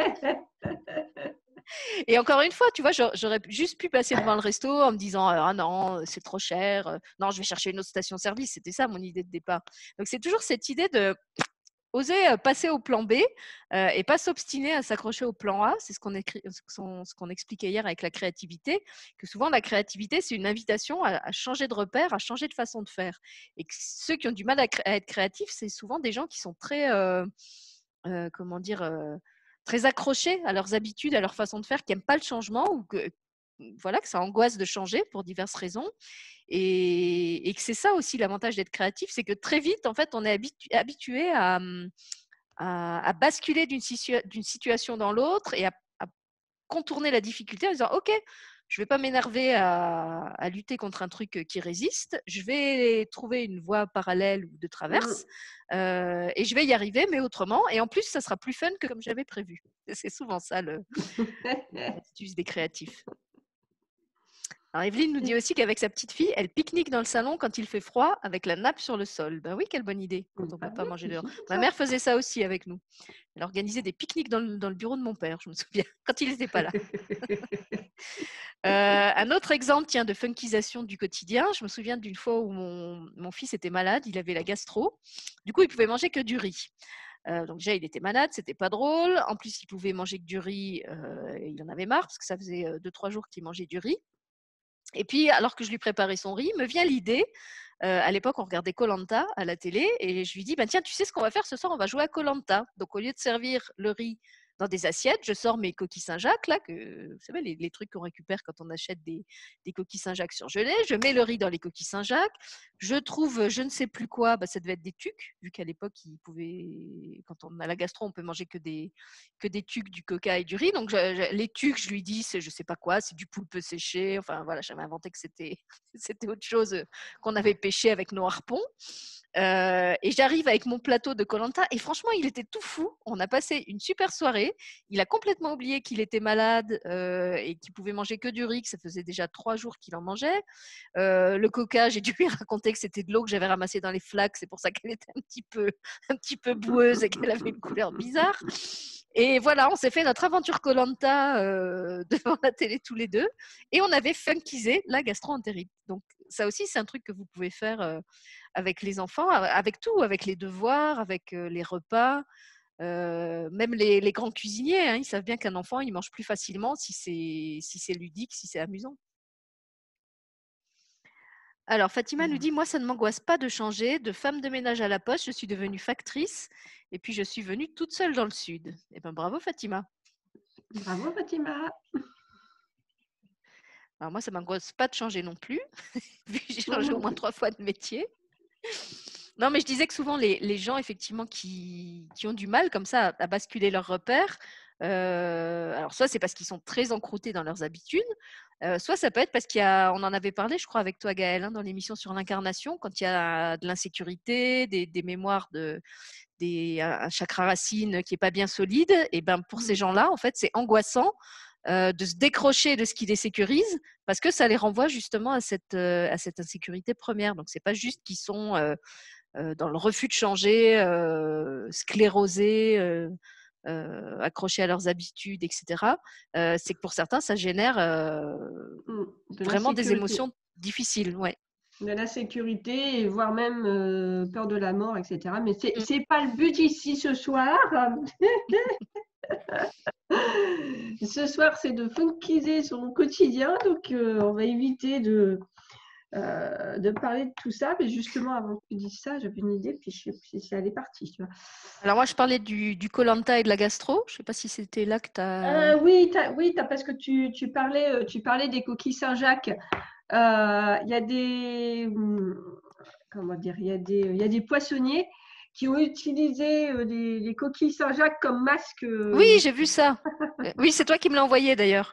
Et encore une fois, tu vois, j'aurais juste pu passer devant le resto en me disant ah non, c'est trop cher, non, je vais chercher une autre station-service. C'était ça mon idée de départ. Donc c'est toujours cette idée de oser passer au plan B euh, et pas s'obstiner à s'accrocher au plan A. C'est ce qu'on, écrit, ce qu'on expliquait hier avec la créativité, que souvent la créativité, c'est une invitation à, à changer de repère, à changer de façon de faire. Et que ceux qui ont du mal à, à être créatifs, c'est souvent des gens qui sont très, euh, euh, comment dire, euh, très accrochés à leurs habitudes, à leur façon de faire, qui n'aiment pas le changement ou que, voilà, que ça angoisse de changer pour diverses raisons. Et, et que c'est ça aussi l'avantage d'être créatif, c'est que très vite, en fait, on est habitu, habitué à, à, à basculer d'une, situa- d'une situation dans l'autre et à, à contourner la difficulté en disant, OK, je ne vais pas m'énerver à, à lutter contre un truc qui résiste, je vais trouver une voie parallèle ou de traverse euh, et je vais y arriver, mais autrement. Et en plus, ça sera plus fun que comme j'avais prévu. C'est souvent ça le, l'astuce des créatifs. Alors Evelyne nous dit aussi qu'avec sa petite fille, elle pique-nique dans le salon quand il fait froid avec la nappe sur le sol. Ben oui, quelle bonne idée quand on ne peut pas manger dehors. Ma mère faisait ça aussi avec nous. Elle organisait des pique-niques dans le, dans le bureau de mon père, je me souviens, quand il n'était pas là. euh, un autre exemple, tiens, de funkisation du quotidien. Je me souviens d'une fois où mon, mon fils était malade, il avait la gastro. Du coup, il pouvait manger que du riz. Euh, donc déjà, il était malade, c'était pas drôle. En plus, il pouvait manger que du riz. Euh, il en avait marre parce que ça faisait deux, trois jours qu'il mangeait du riz. Et puis, alors que je lui préparais son riz, me vient l'idée. Euh, à l'époque, on regardait koh lanta à la télé et je lui dis, bah, tiens, tu sais ce qu'on va faire ce soir, on va jouer à koh lanta. Donc, au lieu de servir le riz dans des assiettes, je sors mes coquilles Saint-Jacques, là, que, vous savez, les, les trucs qu'on récupère quand on achète des, des coquilles Saint-Jacques surgelées. Je mets le riz dans les coquilles Saint-Jacques. Je trouve, je ne sais plus quoi, bah, ça devait être des tucs, vu qu'à l'époque, il pouvait, quand on a la gastro, on peut manger que des, que des tucs, du coca et du riz. Donc, je, je, les tucs, je lui dis, c'est, je sais pas quoi, c'est du poulpe séché. Enfin, voilà, j'avais inventé que c'était, c'était autre chose qu'on avait pêché avec nos harpons. Euh, et j'arrive avec mon plateau de koh lanta et franchement, il était tout fou. On a passé une super soirée. Il a complètement oublié qu'il était malade euh, et qu'il pouvait manger que du riz, que ça faisait déjà trois jours qu'il en mangeait. Euh, le coca, j'ai dû lui raconter que c'était de l'eau que j'avais ramassée dans les flaques. C'est pour ça qu'elle était un petit peu, un petit peu boueuse et qu'elle avait une couleur bizarre. Et voilà, on s'est fait notre aventure koh lanta euh, devant la télé tous les deux. Et on avait funkisé la gastro-entérite. Donc ça aussi, c'est un truc que vous pouvez faire euh, avec les enfants, avec tout, avec les devoirs, avec euh, les repas. Euh, même les, les grands cuisiniers, hein, ils savent bien qu'un enfant, il mange plus facilement si c'est si c'est ludique, si c'est amusant. Alors, Fatima nous dit, moi, ça ne m'angoisse pas de changer. De femme de ménage à la poste, je suis devenue factrice et puis je suis venue toute seule dans le sud. Eh bien, bravo, Fatima. Bravo, Fatima. Alors, moi, ça ne m'angoisse pas de changer non plus, vu que j'ai changé au moins trois fois de métier. Non, mais je disais que souvent, les, les gens, effectivement, qui, qui ont du mal comme ça à, à basculer leurs repères, euh, alors soit c'est parce qu'ils sont très encroutés dans leurs habitudes, euh, soit ça peut être parce qu'il y a, on en avait parlé, je crois, avec toi, Gaëlle, hein, dans l'émission sur l'incarnation, quand il y a de l'insécurité, des, des mémoires de des, un chakra racine qui n'est pas bien solide, et ben pour ces gens-là, en fait, c'est angoissant euh, de se décrocher de ce qui les sécurise parce que ça les renvoie justement à cette, euh, à cette insécurité première. Donc, c'est pas juste qu'ils sont euh, euh, dans le refus de changer, euh, sclérosés, euh, euh, accrochés à leurs habitudes, et cetera. Euh, c'est que pour certains, ça génère euh, de vraiment des émotions difficiles. Ouais. De la sécurité, voire même euh, peur de la mort, et cetera. Mais c'est Mm. n'est pas le but ici ce soir. Ce soir, c'est de funkiser son quotidien, donc euh, on va éviter de, euh, de parler de tout ça. Mais justement, avant que tu dises ça, j'avais une idée, puis je sais si elle est partie. Tu vois. Alors moi, je parlais du, du Koh-Lanta et de la gastro. Je ne sais pas si c'était là que tu as… Euh, oui, as, oui as, parce que tu, tu, parlais, tu parlais des coquilles Saint-Jacques. Il euh, y a des… Comment dire, il y a des, il y a des poissonniers qui ont utilisé euh, les, les coquilles Saint-Jacques comme masque. Euh... Oui, j'ai vu ça. Oui, c'est toi qui me l'as envoyé d'ailleurs.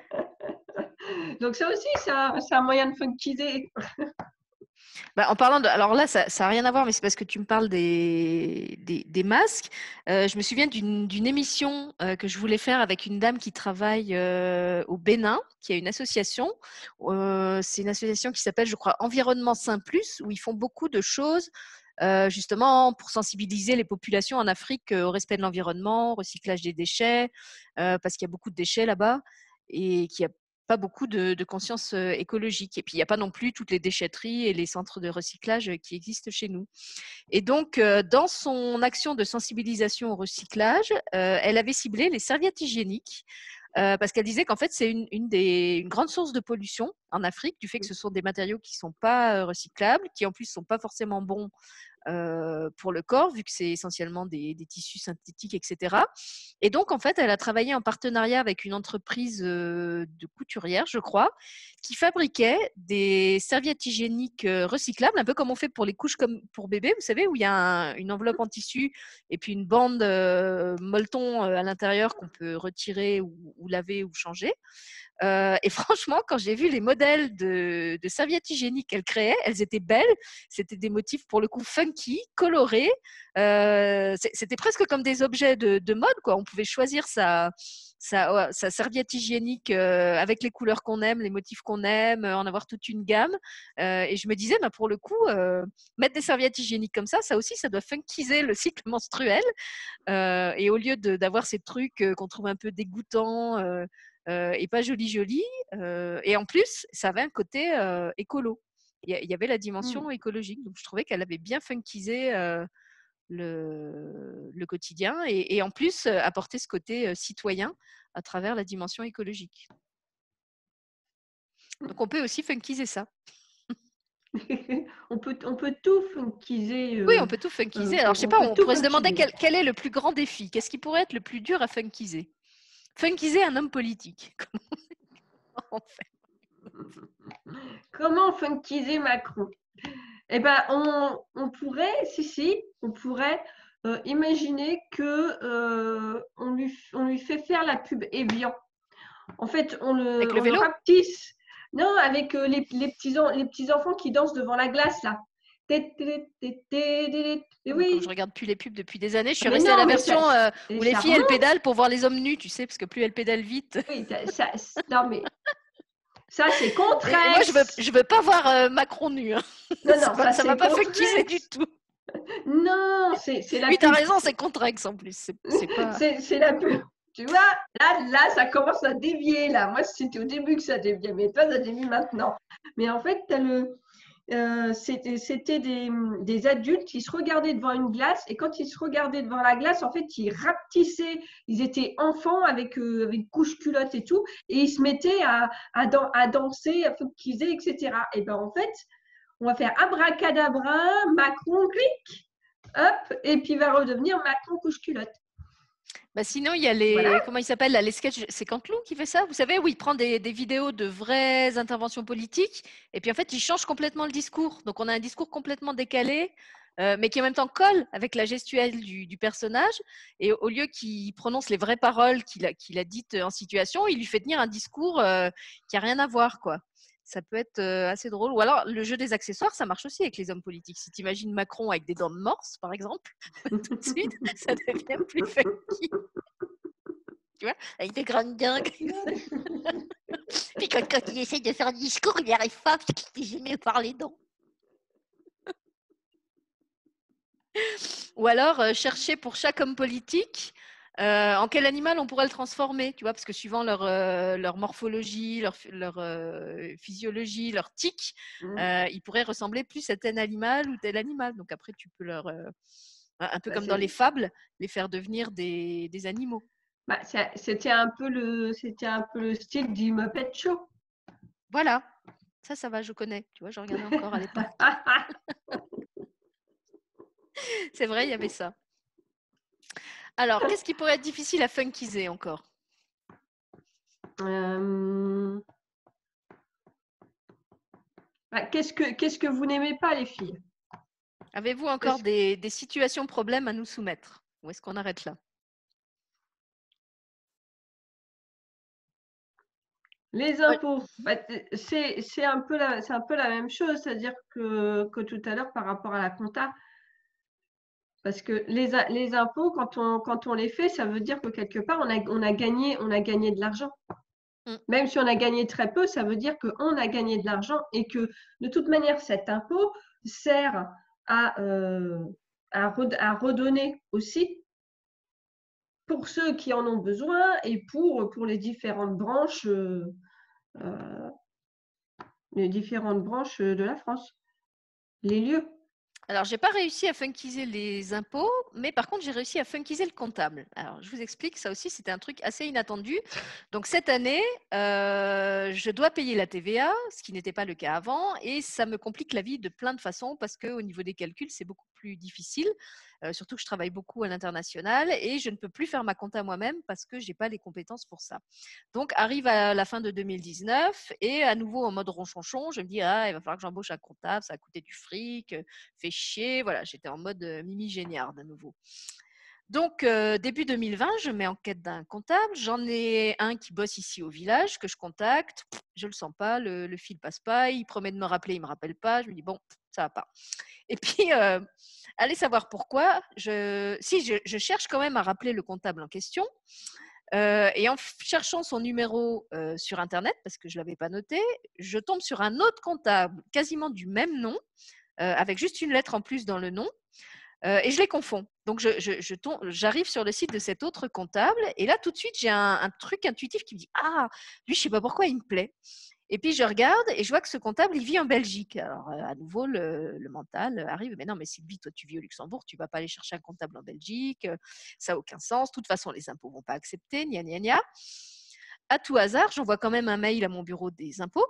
Donc ça aussi, c'est un, un moyen de funkiser. Bah, en parlant de… Alors là, ça n'a rien à voir, mais c'est parce que tu me parles des, des, des masques. Euh, je me souviens d'une émission euh, que je voulais faire avec une dame qui travaille euh, au Bénin, qui a une association. Euh, c'est une association qui s'appelle, je crois, Environnement Sain Plus, où ils font beaucoup de choses euh, justement pour sensibiliser les populations en Afrique euh, au respect de l'environnement, au recyclage des déchets, euh, parce qu'il y a beaucoup de déchets là-bas et qu'il y a pas beaucoup de, de conscience euh, écologique. Et puis, il n'y a pas non plus toutes les déchetteries et les centres de recyclage qui existent chez nous. Et donc, euh, dans son action de sensibilisation au recyclage, euh, elle avait ciblé les serviettes hygiéniques. Euh, parce qu'elle disait qu'en fait, c'est une, une, des, une grande source de pollution en Afrique, du fait que ce sont des matériaux qui ne sont pas euh, recyclables, qui en plus ne sont pas forcément bons euh, pour le corps, vu que c'est essentiellement des, des tissus synthétiques, et cetera. Et donc, en fait, elle a travaillé en partenariat avec une entreprise euh, de couturière, je crois, qui fabriquait des serviettes hygiéniques euh, recyclables, un peu comme on fait pour les couches comme pour bébé, vous savez, où il y a un, une enveloppe en tissu et puis une bande euh, molleton euh, à l'intérieur qu'on peut retirer ou, ou laver ou changer. Euh, et franchement, quand j'ai vu les modèles de, de serviettes hygiéniques qu'elle créait, elles étaient belles. C'était des motifs pour le coup funky, colorés. Euh, c'était presque comme des objets de, de mode, quoi. On pouvait choisir sa, sa, sa serviette hygiénique euh, avec les couleurs qu'on aime, les motifs qu'on aime, en avoir toute une gamme. Euh, et je me disais, bah, pour le coup, euh, mettre des serviettes hygiéniques comme ça, ça aussi, ça doit funkiser le cycle menstruel. Euh, et au lieu d'avoir ces trucs qu'on trouve un peu dégoûtants, euh, Euh, et pas joli joli. Euh, et en plus, ça avait un côté euh, écolo. Il y, y avait la dimension mmh. écologique. Donc, je trouvais qu'elle avait bien funkisé euh, le, le quotidien et, et en plus euh, apporté ce côté euh, citoyen à travers la dimension écologique. Donc, on peut aussi funkiser ça. on, peut, on peut tout funkiser. Euh, oui, on peut tout funkiser. Alors, je sais pas, on, on pourrait se demander quel, quel est le plus grand défi. Qu'est-ce qui pourrait être le plus dur à funkiser? Funkiser un homme politique. Comment on fait? Comment funkiser Macron? Eh ben, on, on pourrait, si, si, on pourrait euh, imaginer que euh, on, lui, on lui fait faire la pub Evian. En fait, on le, avec le on vélo le rapetisse. Non, avec euh, les, les, petits, les petits enfants qui dansent devant la glace, là. Et oui. Comme je regarde plus les pubs depuis des années, je suis mais restée non, à la version ça, euh, où les filles remonte. elles pédalent pour voir les hommes nus, tu sais, parce que plus elles pédalent vite. Oui, ça, non mais ça c'est contraire. Et moi je veux, je veux pas voir euh, Macron nu. Hein. Non non, ça, ça m'a pas fait funkiser du tout. Non, c'est la. Oui, t'as raison, c'est Contrex en plus. C'est pas. C'est la pub. Tu vois, là, là, ça commence à dévier. Là, moi, c'était au début que ça déviait, mais toi, ça dévie maintenant. Mais en fait, tu as le. Euh, c'était des, des adultes qui se regardaient devant une glace et quand ils se regardaient devant la glace, en fait, ils rapetissaient, ils étaient enfants avec, euh, avec couche culotte et tout, et ils se mettaient à, à, dan à danser, à funkiser, et cetera. Et ben en fait, on va faire abracadabra, Macron, clic, hop, et puis il va redevenir Macron couche-culotte. Bah sinon, il y a les. Voilà. Comment il s'appelle là, les sketchs. C'est Canteloup qui fait ça, vous savez, où il prend des, des vidéos de vraies interventions politiques et puis en fait, il change complètement le discours. Donc, on a un discours complètement décalé, euh, mais qui en même temps colle avec la gestuelle du, du personnage. Et au lieu qu'il prononce les vraies paroles qu'il a, qu'il a dites en situation, il lui fait tenir un discours euh, qui n'a rien à voir, quoi. Ça peut être euh, assez drôle. Ou alors, le jeu des accessoires, ça marche aussi avec les hommes politiques. Si tu imagines Macron avec des dents de morse, par exemple, tout de suite, ça devient plus funky. Tu vois, avec des grandes dents. Puis quand, quand il essaye de faire un discours, il n'y arrive pas parce qu'il est gêné par les dents. Ou alors, euh, chercher pour chaque homme politique euh, en quel animal on pourrait le transformer, tu vois, parce que suivant leur, euh, leur morphologie, leur, leur euh, physiologie, leur tic, mmh. euh, ils pourraient ressembler plus à tel animal ou tel animal. Donc après, tu peux leur, euh, un peu bah, comme dans les fables, les faire devenir des, des animaux. Bah, c'était un peu le, c'était un peu le style du Muppet Show. Voilà, ça, ça va, je connais. Tu vois, je regardais encore à l'époque. C'est vrai, il y avait ça. Alors, qu'est-ce qui pourrait être difficile à funkiser encore? euh... bah, qu'est-ce que, qu'est-ce que vous n'aimez pas, les filles? Avez-vous encore des, des situations problèmes à nous soumettre? Ou est-ce qu'on arrête là? Les impôts, bah, c'est, c'est, un peu la, c'est un peu la même chose, c'est-à-dire que, que tout à l'heure par rapport à la compta. Parce que les, les impôts, quand on, quand on les fait, ça veut dire que quelque part, on a, on a, gagné, on a gagné de l'argent. Mm. Même si on a gagné très peu, ça veut dire qu'on a gagné de l'argent et que de toute manière, cet impôt sert à, euh, à, à redonner aussi pour ceux qui en ont besoin et pour, pour les différentes branches, euh, euh, les différentes branches de la France, les lieux. Alors, je n'ai pas réussi à funkiser les impôts, mais par contre, j'ai réussi à funkiser le comptable. Alors, je vous explique, ça aussi, c'était un truc assez inattendu. Donc, cette année, euh, je dois payer la T V A, ce qui n'était pas le cas avant, et ça me complique la vie de plein de façons parce qu'au niveau des calculs, c'est beaucoup plus difficile, euh, surtout que je travaille beaucoup à l'international et je ne peux plus faire ma compta moi-même parce que je n'ai pas les compétences pour ça. Donc, arrive à la fin de deux mille dix-neuf et à nouveau en mode ronchonchon, je me dis, ah, il va falloir que j'embauche un comptable, ça a coûté du fric, fait chier. Voilà, j'étais en mode euh, Mimi Géniard à nouveau. Donc, euh, début deux mille vingt, je mets en quête d'un comptable. J'en ai un qui bosse ici au village, que je contacte. Je ne le sens pas, le, le fil passe pas. Il promet de me rappeler, il ne me rappelle pas. Je me dis, bon, ça va pas. Et puis, euh, allez savoir pourquoi. Je, si, je, je cherche quand même à rappeler le comptable en question. Euh, et en cherchant son numéro euh, sur Internet, parce que je ne l'avais pas noté, je tombe sur un autre comptable quasiment du même nom, euh, avec juste une lettre en plus dans le nom, euh, et je les confonds. Donc, je, je, je tombe, j'arrive sur le site de cet autre comptable, et là, tout de suite, j'ai un, un truc intuitif qui me dit « Ah, lui, je ne sais pas pourquoi il me plaît ». Et puis, je regarde et je vois que ce comptable, il vit en Belgique. Alors, euh, à nouveau, le, le mental arrive. Mais non, mais Sylvie, toi, tu vis au Luxembourg, tu ne vas pas aller chercher un comptable en Belgique. Ça n'a aucun sens. De toute façon, les impôts ne vont pas accepter. Gna, gna, gna. À tout hasard, j'envoie quand même un mail à mon bureau des impôts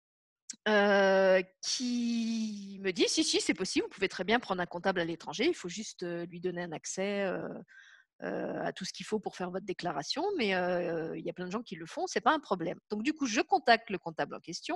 euh, qui me dit si, si, c'est possible. Vous pouvez très bien prendre un comptable à l'étranger. Il faut juste euh, lui donner un accès euh, euh, à tout ce qu'il faut pour faire votre déclaration, mais euh, il y a plein de gens qui le font, c'est pas un problème. Donc du coup, je contacte le comptable en question.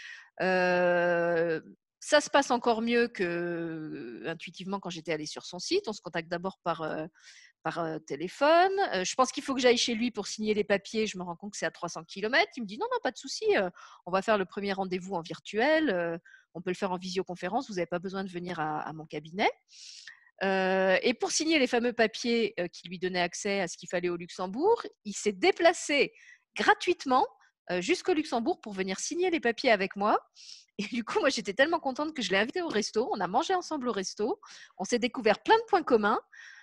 Euh, ça se passe encore mieux que intuitivement quand j'étais allée sur son site. On se contacte d'abord par, euh, par euh, téléphone. Euh, je pense qu'il faut que j'aille chez lui pour signer les papiers. Je me rends compte que c'est à trois cents kilomètres. Il me dit non, non, pas de souci. Euh, on va faire le premier rendez-vous en virtuel. Euh, on peut le faire en visioconférence. Vous n'avez pas besoin de venir à, à mon cabinet. Euh, et pour signer les fameux papiers euh, qui lui donnaient accès à ce qu'il fallait au Luxembourg, il s'est déplacé gratuitement euh, jusqu'au Luxembourg pour venir signer les papiers avec moi. Et du coup, moi, j'étais tellement contente que je l'ai invité au resto. On a mangé ensemble au resto. On s'est découvert plein de points communs.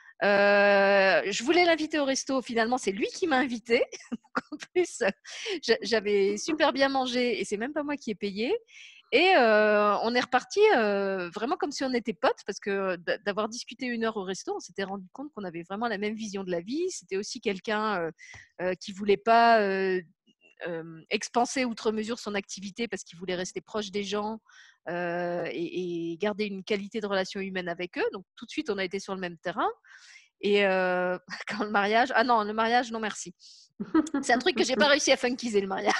Euh, je voulais l'inviter au resto. Finalement, c'est lui qui m'a invité. En plus, j'avais super bien mangé et c'est même pas moi qui ai payé. Et euh, on est reparti euh, vraiment comme si on était potes parce que d'avoir discuté une heure au resto, on s'était rendu compte qu'on avait vraiment la même vision de la vie. C'était aussi quelqu'un euh, euh, qui voulait pas euh, euh, expanser outre mesure son activité parce qu'il voulait rester proche des gens euh, et, et garder une qualité de relation humaine avec eux. Donc tout de suite, on a été sur le même terrain. Et euh, quand le mariage, ah non, le mariage, non merci. C'est un truc que j'ai pas réussi à funkiser, le mariage.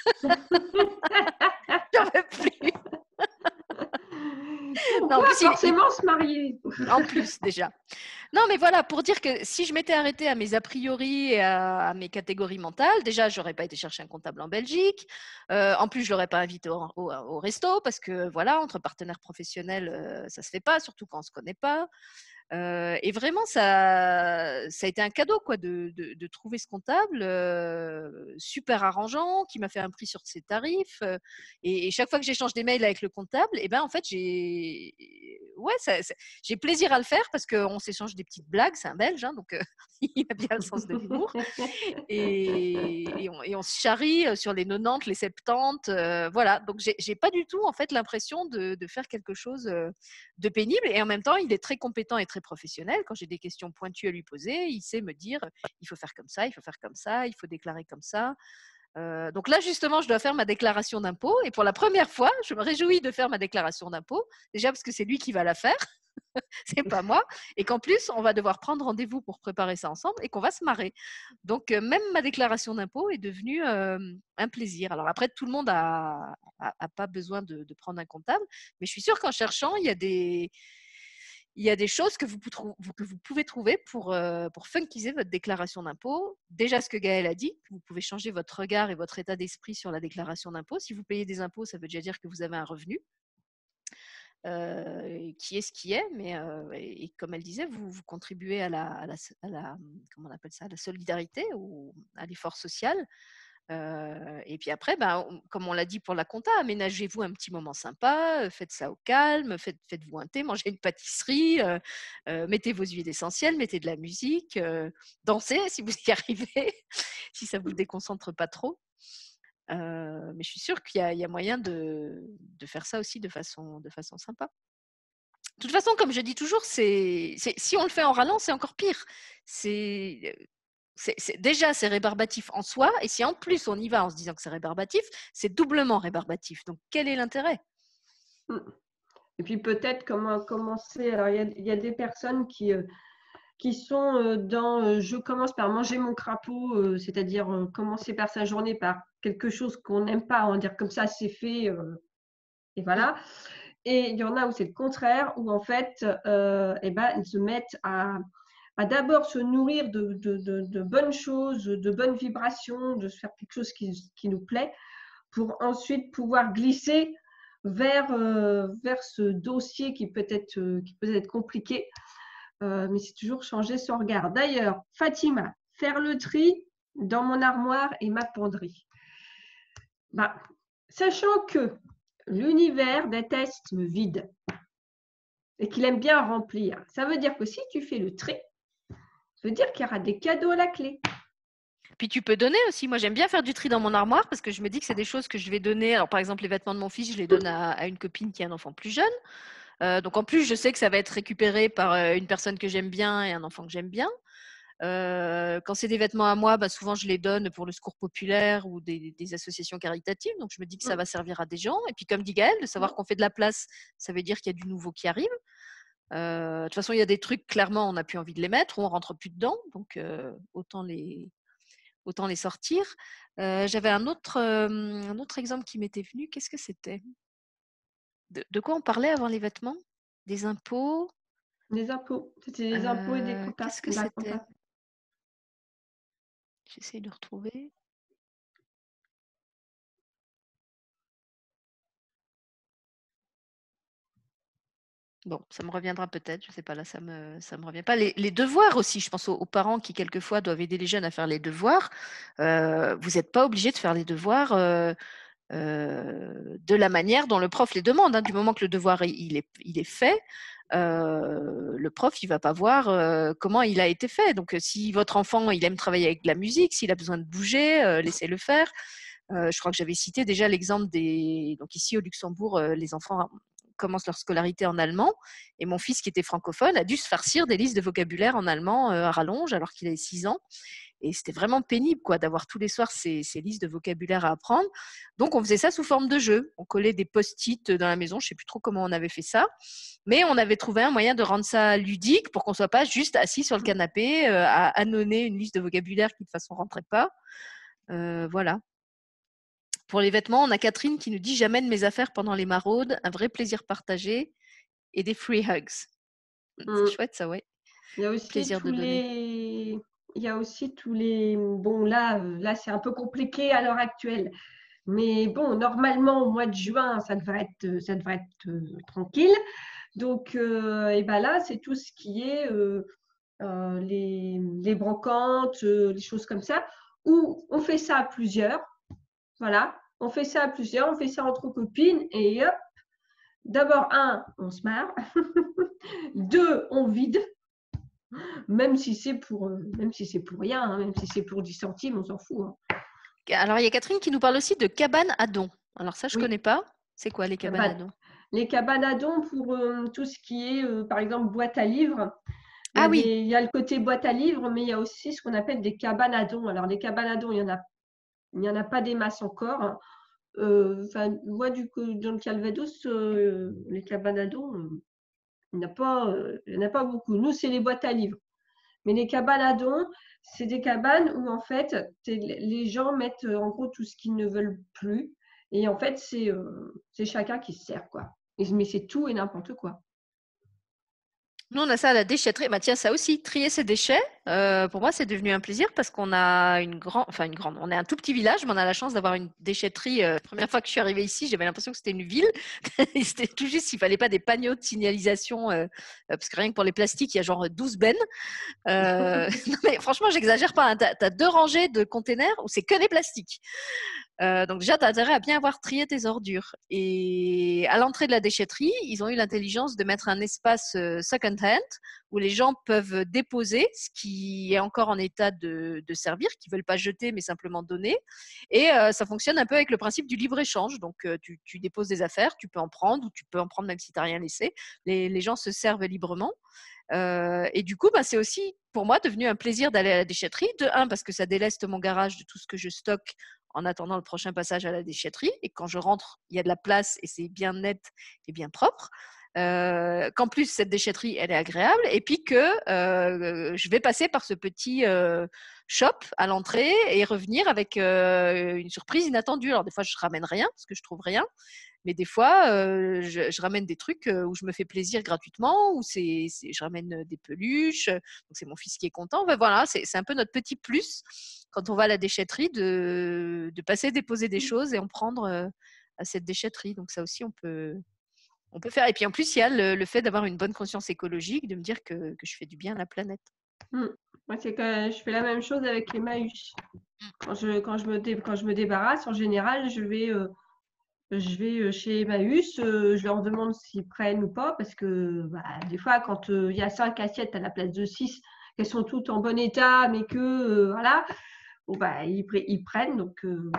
J'en veux plus. Pourquoi non, en plus, forcément il... se marier? En plus, déjà. Non, mais voilà, pour dire que si je m'étais arrêtée à mes a priori et à, à mes catégories mentales, déjà, je n'aurais pas été chercher un comptable en Belgique. Euh, en plus, je ne l'aurais pas invité au, au, au resto parce que, voilà, entre partenaires professionnels, euh, ça ne se fait pas, surtout quand on ne se connaît pas. Euh, et vraiment, ça, ça a été un cadeau quoi, de, de, de trouver ce comptable euh, super arrangeant, qui m'a fait un prix sur ses tarifs. Euh, et, et chaque fois que j'échange des mails avec le comptable, et ben, en fait, j'ai, ouais, ça, ça, j'ai plaisir à le faire parce qu'on s'échange des petites blagues. C'est un Belge, hein, donc euh, il a bien le sens de l'humour. Et, et, on, et on se charrie sur les quatre-vingt-dix, les soixante-dix. Euh, voilà, donc j'ai, j'ai pas du tout en fait l'impression de, de faire quelque chose de pénible. Et en même temps, il est très compétent et très professionnel. Quand j'ai des questions pointues à lui poser, il sait me dire il faut faire comme ça, il faut faire comme ça, il faut déclarer comme ça. Euh, donc là, justement, je dois faire ma déclaration d'impôt. Et pour la première fois, je me réjouis de faire ma déclaration d'impôt. Déjà parce que c'est lui qui va la faire, c'est pas moi. Et qu'en plus, on va devoir prendre rendez-vous pour préparer ça ensemble et qu'on va se marrer. Donc, euh, même ma déclaration d'impôt est devenue euh, un plaisir. Alors après, tout le monde a, a, a pas besoin de, de prendre un comptable, mais je suis sûre qu'en cherchant, il y a des il y a des choses que vous, que vous pouvez trouver pour, euh, pour funkiser votre déclaration d'impôt. Déjà, ce que Gaëlle a dit, vous pouvez changer votre regard et votre état d'esprit sur la déclaration d'impôt. Si vous payez des impôts, ça veut déjà dire que vous avez un revenu. Euh, qui est ce qui est, mais euh, et, et comme elle disait, vous, vous contribuez à la, à la, à la, comment on appelle ça, à la solidarité ou à l'effort social. Euh, et puis après, ben, on, comme on l'a dit pour la compta, aménagez-vous un petit moment sympa, faites ça au calme, faites, faites-vous un thé, mangez une pâtisserie, euh, euh, mettez vos huiles essentielles, mettez de la musique, euh, dansez si vous y arrivez, si ça ne vous déconcentre pas trop. Euh, mais je suis sûre qu'il y a, il y a moyen de, de faire ça aussi de façon, de façon sympa. De toute façon, comme je dis toujours, c'est, c'est, si on le fait en râlant, c'est encore pire. C'est, c'est, c'est, déjà, c'est rébarbatif en soi, et si en plus on y va en se disant que c'est rébarbatif, c'est doublement rébarbatif. Donc, quel est l'intérêt? Et puis peut-être comment commencer. Alors, il y a, il y a des personnes qui, euh, qui sont dans euh, je commence par manger mon crapaud, euh, c'est-à-dire euh, commencer par sa journée par quelque chose qu'on n'aime pas, on va dire comme ça, c'est fait, euh, et voilà. Et il y en a où c'est le contraire, où en fait, euh, eh ben, ils se mettent à, à d'abord se nourrir de, de, de, de bonnes choses, de bonnes vibrations, de se faire quelque chose qui, qui nous plaît, pour ensuite pouvoir glisser vers, euh, vers ce dossier qui peut être, euh, qui peut être compliqué. Euh, mais c'est toujours changer son regard. D'ailleurs, Fatima, faire le tri dans mon armoire et ma penderie. Bah, sachant que l'univers déteste le vide et qu'il aime bien remplir, ça veut dire que si tu fais le tri, ça veut dire qu'il y aura des cadeaux à la clé. Puis tu peux donner aussi. Moi, j'aime bien faire du tri dans mon armoire parce que je me dis que c'est des choses que je vais donner. Alors, par exemple, les vêtements de mon fils, je les donne à, à une copine qui a un enfant plus jeune. Euh, donc, en plus, je sais que ça va être récupéré par une personne que j'aime bien et un enfant que j'aime bien. Euh, quand c'est des vêtements à moi, bah, souvent, je les donne pour le secours populaire ou des, des associations caritatives. Donc, je me dis que ça va servir à des gens. Et puis, comme dit Gaëlle, de savoir qu'on fait de la place, ça veut dire qu'il y a du nouveau qui arrive. Euh, de toute façon, il y a des trucs, clairement, on n'a plus envie de les mettre ou on rentre plus dedans. Donc, euh, autant les... autant les sortir. Euh, j'avais un autre, euh, un autre exemple qui m'était venu. Qu'est-ce que c'était? de, de quoi on parlait avant les vêtements? Des impôts? Des impôts. C'était des impôts et des euh, comptas. Qu'est-ce que c'était? J'essaie de retrouver. Bon, ça me reviendra peut-être, je ne sais pas, là, ça me, ça me revient pas. Les, les devoirs aussi, je pense aux, aux parents qui, quelquefois, doivent aider les jeunes à faire les devoirs. Euh, vous n'êtes pas obligé de faire les devoirs euh, euh, de la manière dont le prof les demande. Hein. Du moment que le devoir il est, il est fait, euh, le prof il va pas voir euh, comment il a été fait. Donc, si votre enfant il aime travailler avec de la musique, s'il a besoin de bouger, euh, laissez-le faire. Euh, je crois que j'avais cité déjà l'exemple des. Donc, ici au Luxembourg, euh, les enfants commencent leur scolarité en allemand. Et mon fils, qui était francophone, a dû se farcir des listes de vocabulaire en allemand euh, à rallonge alors qu'il avait six ans. Et c'était vraiment pénible quoi, d'avoir tous les soirs ces, ces listes de vocabulaire à apprendre. Donc, on faisait ça sous forme de jeu. On collait des post-it dans la maison. Je ne sais plus trop comment on avait fait ça. Mais on avait trouvé un moyen de rendre ça ludique pour qu'on ne soit pas juste assis sur le canapé euh, à annoncer une liste de vocabulaire qui de toute façon ne rentrait pas. Euh, voilà. Pour les vêtements, on a Catherine qui nous dit « J'amène mes affaires pendant les maraudes, un vrai plaisir partagé et des free hugs. » Mm. C'est chouette ça, ouais. Il y a aussi Plaisir tous de donner. les... Il y a aussi tous les... Bon, là, là c'est un peu compliqué à l'heure actuelle. Mais bon, normalement, au mois de juin, ça devrait être, ça devrait être euh, tranquille. Donc, euh, et ben là, c'est tout ce qui est euh, euh, les, les brocantes, euh, les choses comme ça, où on fait ça à plusieurs. Voilà, on fait ça à plusieurs, on fait ça entre copines et hop, d'abord, un, on se marre. Deux, on vide. Même si c'est pour, même si c'est pour rien, hein, même si c'est pour dix centimes, on s'en fout. Hein. Alors, il y a Catherine qui nous parle aussi de cabanes à dons. Alors ça, je ne Oui. connais pas. C'est quoi les cabanes à dons? Les cabanes à dons pour euh, tout ce qui est, euh, par exemple, boîte à livres. Il y, Ah a oui. des, il y a le côté boîte à livres, mais il y a aussi ce qu'on appelle des cabanes à dons. Alors, les cabanes à dons, il n'y en, a, il y en a pas des masses encore. Hein. Euh, moi, du coup, dans le Calvados, euh, les cabanes à dons, euh, il n'y en a pas, euh, il n'y en a pas beaucoup. Nous, c'est les boîtes à livres. Mais les cabanes à dons, c'est des cabanes où, en fait, les gens mettent, en gros, tout ce qu'ils ne veulent plus. Et en fait, c'est euh, chacun qui se sert, quoi. Mais c'est tout et n'importe quoi. Nous, on a ça à la déchetterie. Bah, tiens, ça aussi, trier ses déchets, euh, pour moi, c'est devenu un plaisir parce qu'on a une grande, enfin une grande, on est un tout petit village, mais on a la chance d'avoir une déchetterie. Euh, la première fois que je suis arrivée ici, j'avais l'impression que c'était une ville. C'était tout juste, il fallait pas des panneaux de signalisation, euh, parce que rien que pour les plastiques, il y a genre douze bennes. Euh, non, mais franchement, j'exagère pas. Hein. Tu as deux rangées de containers où c'est que des plastiques. Euh, donc déjà, tu as intérêt à bien avoir trié tes ordures. Et à l'entrée de la déchetterie, ils ont eu l'intelligence de mettre un espace euh, second hand où les gens peuvent déposer ce qui est encore en état de, de servir, qui ne veulent pas jeter mais simplement donner. Et euh, ça fonctionne un peu avec le principe du libre-échange. Donc euh, tu, tu déposes des affaires, tu peux en prendre ou tu peux en prendre même si tu n'as rien laissé. Les, les gens se servent librement. Euh, et du coup, bah, c'est aussi pour moi devenu un plaisir d'aller à la déchetterie. De un, parce que ça déleste mon garage de tout ce que je stocke en attendant le prochain passage à la déchetterie. Et quand je rentre, il y a de la place et c'est bien net et bien propre. Euh, qu'en plus, cette déchetterie, elle est agréable. Et puis que euh, je vais passer par ce petit euh, shop à l'entrée et revenir avec euh, une surprise inattendue. Alors des fois, je ramène rien parce que je trouve rien. Mais des fois, euh, je, je ramène des trucs où je me fais plaisir gratuitement, où c'est, c'est, je ramène des peluches, donc c'est mon fils qui est content. Ben voilà, c'est, c'est un peu notre petit plus quand on va à la déchetterie de, de passer déposer des choses et en prendre euh, à cette déchetterie. Donc ça aussi, on peut, on peut faire. Et puis en plus, il y a le, le fait d'avoir une bonne conscience écologique, de me dire que, que je fais du bien à la planète. Mmh. Moi, c'est que je fais la même chose avec Emmaüs. Quand je, quand je, me, dé, quand je me débarrasse, en général, je vais... Euh, je vais chez Emmaüs, euh, je leur demande s'ils prennent ou pas, parce que bah, des fois, quand il euh, y a cinq assiettes à la place de six, qu'elles sont toutes en bon état, mais que euh, voilà, bon, bah, ils, ils prennent. Donc euh,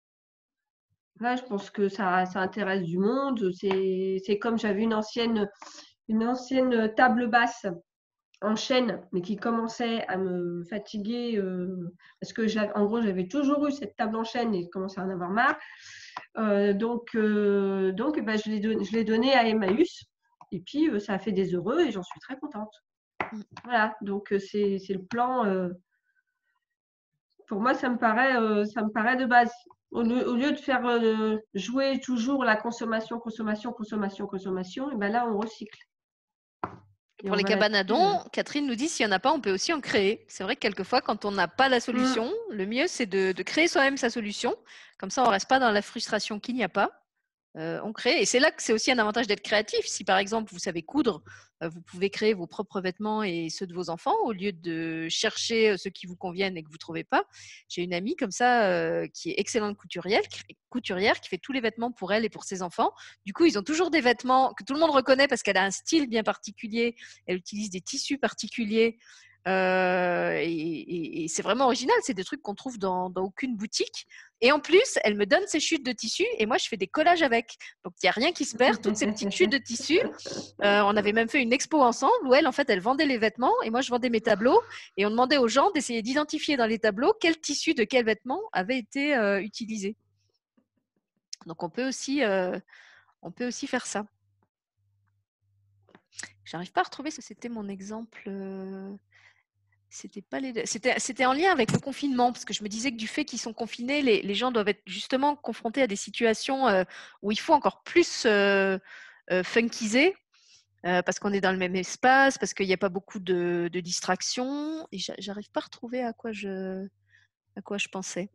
là, je pense que ça, ça intéresse du monde. C'est, c'est comme j'avais une ancienne, une ancienne table basse en chêne, mais qui commençait à me fatiguer, euh, parce que en gros, j'avais toujours eu cette table en chêne et je commençais à en avoir marre. Euh, donc, euh, donc bah, je l'ai don, je l'ai donné à Emmaüs et puis euh, ça a fait des heureux et j'en suis très contente. Voilà, donc euh, c'est, c'est le plan. Euh, pour moi, ça me paraît, euh, ça me paraît de base. Au lieu, au lieu de faire euh, jouer toujours la consommation, consommation, consommation, consommation, et ben là, on recycle. Pour les cabanes à dons, Catherine nous dit s'il n'y en a pas, on peut aussi en créer. C'est vrai que quelquefois, quand on n'a pas la solution, mmh. le mieux, c'est de, de créer soi-même sa solution. Comme ça, on ne reste pas dans la frustration qu'il n'y a pas. Euh, on crée. Et c'est là que c'est aussi un avantage d'être créatif. Si par exemple, vous savez coudre, euh, vous pouvez créer vos propres vêtements et ceux de vos enfants au lieu de chercher ceux qui vous conviennent et que vous ne trouvez pas. J'ai une amie comme ça euh, qui est excellente couturière qui, couturière, qui fait tous les vêtements pour elle et pour ses enfants. Du coup, ils ont toujours des vêtements que tout le monde reconnaît parce qu'elle a un style bien particulier. Elle utilise des tissus particuliers. Euh, et, et, et c'est vraiment original, c'est des trucs qu'on trouve dans, dans aucune boutique. Et en plus, elle me donne ces chutes de tissu et moi, je fais des collages avec. Donc, il n'y a rien qui se perd, toutes ces petites chutes de tissu. Euh, on avait même fait une expo ensemble où elle, en fait, elle vendait les vêtements et moi, je vendais mes tableaux. Et on demandait aux gens d'essayer d'identifier dans les tableaux quel tissu de quel vêtement avait été euh, utilisé. Donc, on peut aussi, euh, on peut aussi faire ça. J'arrive pas à retrouver ce c'était mon exemple. Euh... C'était pas les... c'était, c'était en lien avec le confinement, parce que je me disais que du fait qu'ils sont confinés, les, les gens doivent être justement confrontés à des situations euh, où il faut encore plus euh, euh, funkiser, euh, parce qu'on est dans le même espace, parce qu'il n'y a pas beaucoup de, de distractions. Et j'arrive pas à retrouver à quoi je, à quoi je pensais.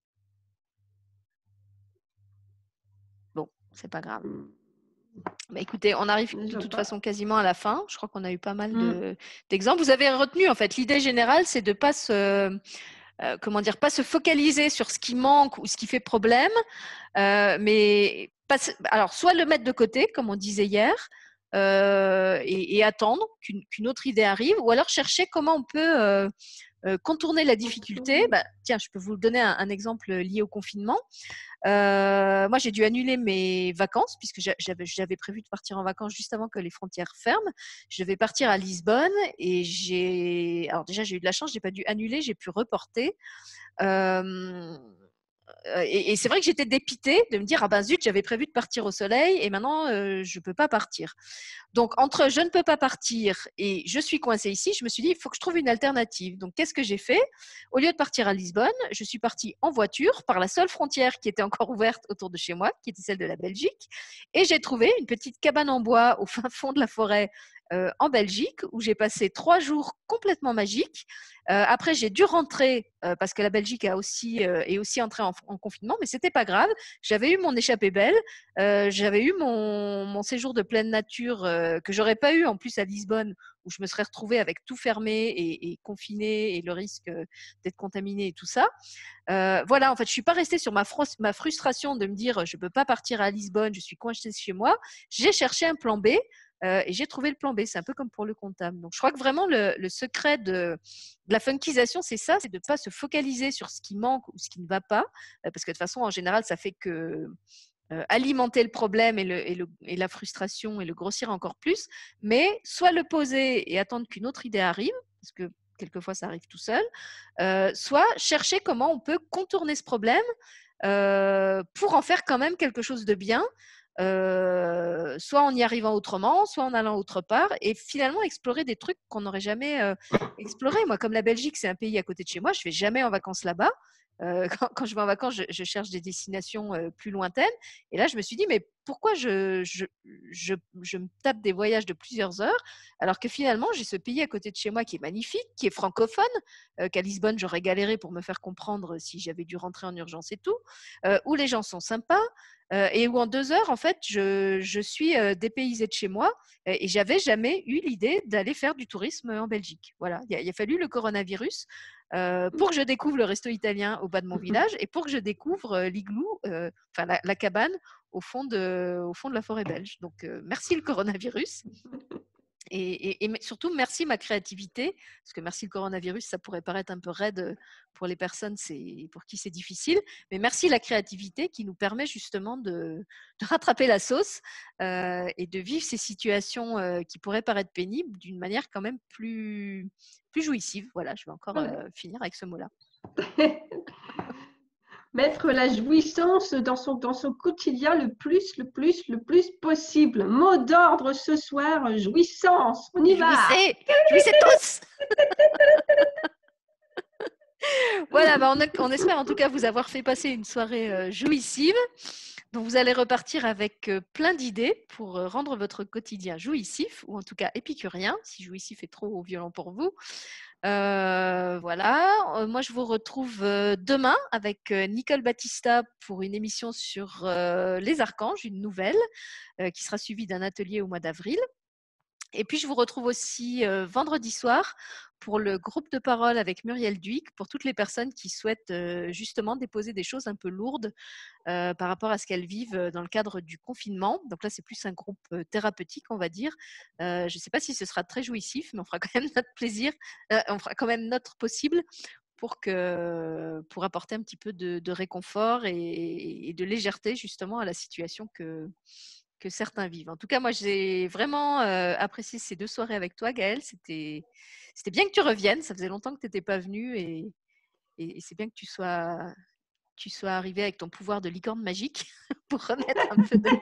Bon, c'est pas grave. Bah, écoutez, on arrive de toute façon quasiment à la fin. Je crois qu'on a eu pas mal de, d'exemples. Vous avez retenu, en fait, l'idée générale, c'est de ne pas se, euh, comment dire, pas se focaliser sur ce qui manque ou ce qui fait problème, euh, mais pas, alors, soit le mettre de côté, comme on disait hier, euh, et, et attendre qu'une, qu'une autre idée arrive, ou alors chercher comment on peut euh, euh, contourner la difficulté. Bah, tiens, je peux vous donner un, un exemple lié au confinement. Euh, moi, j'ai dû annuler mes vacances puisque j'avais, j'avais prévu de partir en vacances juste avant que les frontières ferment. Je devais partir à Lisbonne et j'ai, alors déjà j'ai eu de la chance, j'ai pas dû annuler, j'ai pu reporter. Euh, et, et c'est vrai que j'étais dépitée de me dire ah ben zut, j'avais prévu de partir au soleil et maintenant euh, je peux pas partir. Donc entre je ne peux pas partir et je suis coincée ici, je me suis dit il faut que je trouve une alternative. Donc qu'est-ce que j'ai fait? Au lieu de partir à Lisbonne, je suis partie en voiture par la seule frontière qui était encore ouverte autour de chez moi, qui était celle de la Belgique, et j'ai trouvé une petite cabane en bois au fin fond de la forêt euh, en Belgique où j'ai passé trois jours complètement magiques. Euh, après, j'ai dû rentrer euh, parce que la Belgique a aussi, euh, est aussi entrée en, en confinement, mais c'était pas grave. J'avais eu mon échappée belle, euh, j'avais eu mon, mon séjour de pleine nature euh, que j'aurais pas eu en plus à Lisbonne, où je me serais retrouvée avec tout fermé et, et confinée et le risque d'être contaminée et tout ça. Euh, voilà, en fait, je suis pas restée sur ma, fr- ma frustration de me dire je peux pas partir à Lisbonne, je suis coincée chez moi. J'ai cherché un plan B. Euh, et j'ai trouvé le plan B. C'est un peu comme pour le comptable. Donc, je crois que vraiment le, le secret de, de la funkisation, c'est ça, c'est de ne pas se focaliser sur ce qui manque ou ce qui ne va pas, euh, parce que de toute façon, en général, ça fait que euh, alimenter le problème et, le, et, le, et la frustration et le grossir encore plus, mais soit le poser et attendre qu'une autre idée arrive, parce que quelquefois ça arrive tout seul, euh, soit chercher comment on peut contourner ce problème euh, pour en faire quand même quelque chose de bien, euh, soit en y arrivant autrement, soit en allant autre part, et finalement explorer des trucs qu'on n'aurait jamais euh, explorés. Moi, comme la Belgique, c'est un pays à côté de chez moi, je ne vais jamais en vacances là-bas. Euh, quand, quand je vais en vacances, je, je cherche des destinations euh, plus lointaines. Et là, je me suis dit, mais pourquoi je, je, je, je me tape des voyages de plusieurs heures alors que finalement, j'ai ce pays à côté de chez moi qui est magnifique, qui est francophone, euh, qu'à Lisbonne, j'aurais galéré pour me faire comprendre si j'avais dû rentrer en urgence et tout, euh, où les gens sont sympas, euh, et où en deux heures, en fait, je, je suis euh, dépaysée de chez moi et, et j'avais jamais eu l'idée d'aller faire du tourisme en Belgique. Voilà, il a, il a fallu le coronavirus euh, pour que je découvre le resto italien au bas de mon village et pour que je découvre euh, l'igloo, euh, enfin la, la cabane au fond de, au fond de la forêt belge. Donc, euh, merci le coronavirus. Et, et, et, surtout, merci ma créativité, parce que merci le coronavirus, ça pourrait paraître un peu raide pour les personnes c'est, pour qui c'est difficile, mais merci la créativité qui nous permet justement de, de rattraper la sauce euh, et de vivre ces situations euh, qui pourraient paraître pénibles d'une manière quand même plus, plus jouissive. Voilà, je vais encore euh, finir avec ce mot-là. Mettre la jouissance dans son, dans son quotidien le plus, le plus, le plus possible. Mot d'ordre ce soir, jouissance. On y va. Jouissez, jouissez tous. Voilà, bah on, on espère en tout cas vous avoir fait passer une soirée euh, jouissive. Donc vous allez repartir avec euh, plein d'idées pour euh, rendre votre quotidien jouissif, ou en tout cas épicurien, si jouissif est trop violent pour vous. Euh, voilà, euh, moi je vous retrouve euh, demain avec euh, Nicole Battista pour une émission sur euh, les archanges, une nouvelle, euh, qui sera suivie d'un atelier au mois d'avril. Et puis, je vous retrouve aussi euh, vendredi soir pour le groupe de parole avec Muriel Duic, pour toutes les personnes qui souhaitent euh, justement déposer des choses un peu lourdes euh, par rapport à ce qu'elles vivent dans le cadre du confinement. Donc là, c'est plus un groupe euh, thérapeutique, on va dire. Euh, je ne sais pas si ce sera très jouissif, mais on fera quand même notre plaisir, euh, on fera quand même notre possible pour, que, pour apporter un petit peu de, de réconfort et, et de légèreté justement à la situation que, que certains vivent. En tout cas, moi, j'ai vraiment euh, apprécié ces deux soirées avec toi, Gaëlle. C'était, c'était bien que tu reviennes. Ça faisait longtemps que tu n'étais pas venue et, et, et c'est bien que tu sois, tu sois arrivée avec ton pouvoir de licorne magique pour remettre un peu de,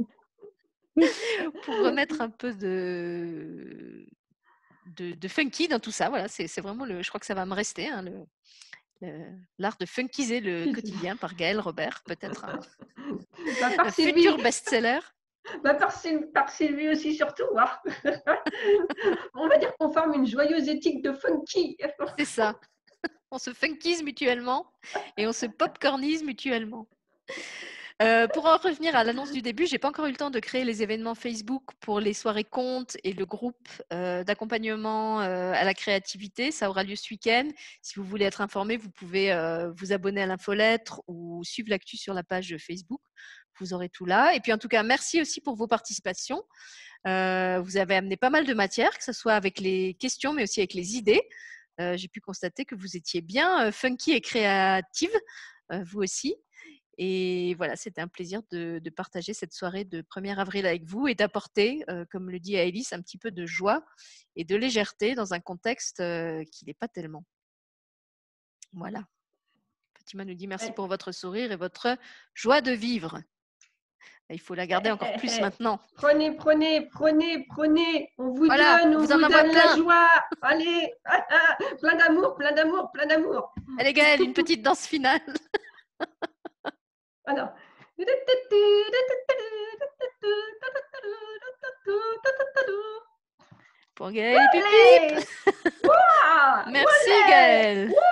pour remettre un peu de, de, de funky dans tout ça. Voilà, c'est, c'est vraiment le, je crois que ça va me rester, hein, le, le- l'art de funkiser le quotidien par Gaëlle Robert, peut-être un, Bah, par un Sylvie, futur best-seller. bah, par, Syl- par Sylvie aussi surtout. Hein. On va dire qu'on forme une joyeuse éthique de funky. C'est ça. On se funkise mutuellement et on se popcornise mutuellement. Euh, pour en revenir à l'annonce du début, j'ai pas encore eu le temps de créer les événements Facebook pour les soirées contes et le groupe euh, d'accompagnement euh, à la créativité. Ça aura lieu ce week-end. Si vous voulez être informé, vous pouvez euh, vous abonner à l'infolettre ou suivre l'actu sur la page Facebook. Vous aurez tout là. Et puis en tout cas, merci aussi pour vos participations. Euh, vous avez amené pas mal de matière, que ce soit avec les questions, mais aussi avec les idées. Euh, j'ai pu constater que vous étiez bien euh, funky et créative, euh, vous aussi. Et voilà, c'était un plaisir de, de partager cette soirée de premier avril avec vous et d'apporter, euh, comme le dit Aëlys, un petit peu de joie et de légèreté dans un contexte euh, qui n'est pas tellement. Voilà. Fatima nous dit merci pour votre sourire et votre joie de vivre. Il faut la garder encore plus maintenant. Prenez, prenez, prenez, prenez. On vous Voilà, donne, on on vous en vous envoie donne la plein. joie. Allez, plein d'amour, plein d'amour, plein d'amour. Allez Gaëlle, une petite danse finale. Alors. Pour Gaëlle et Pip Pip. Merci Gaëlle.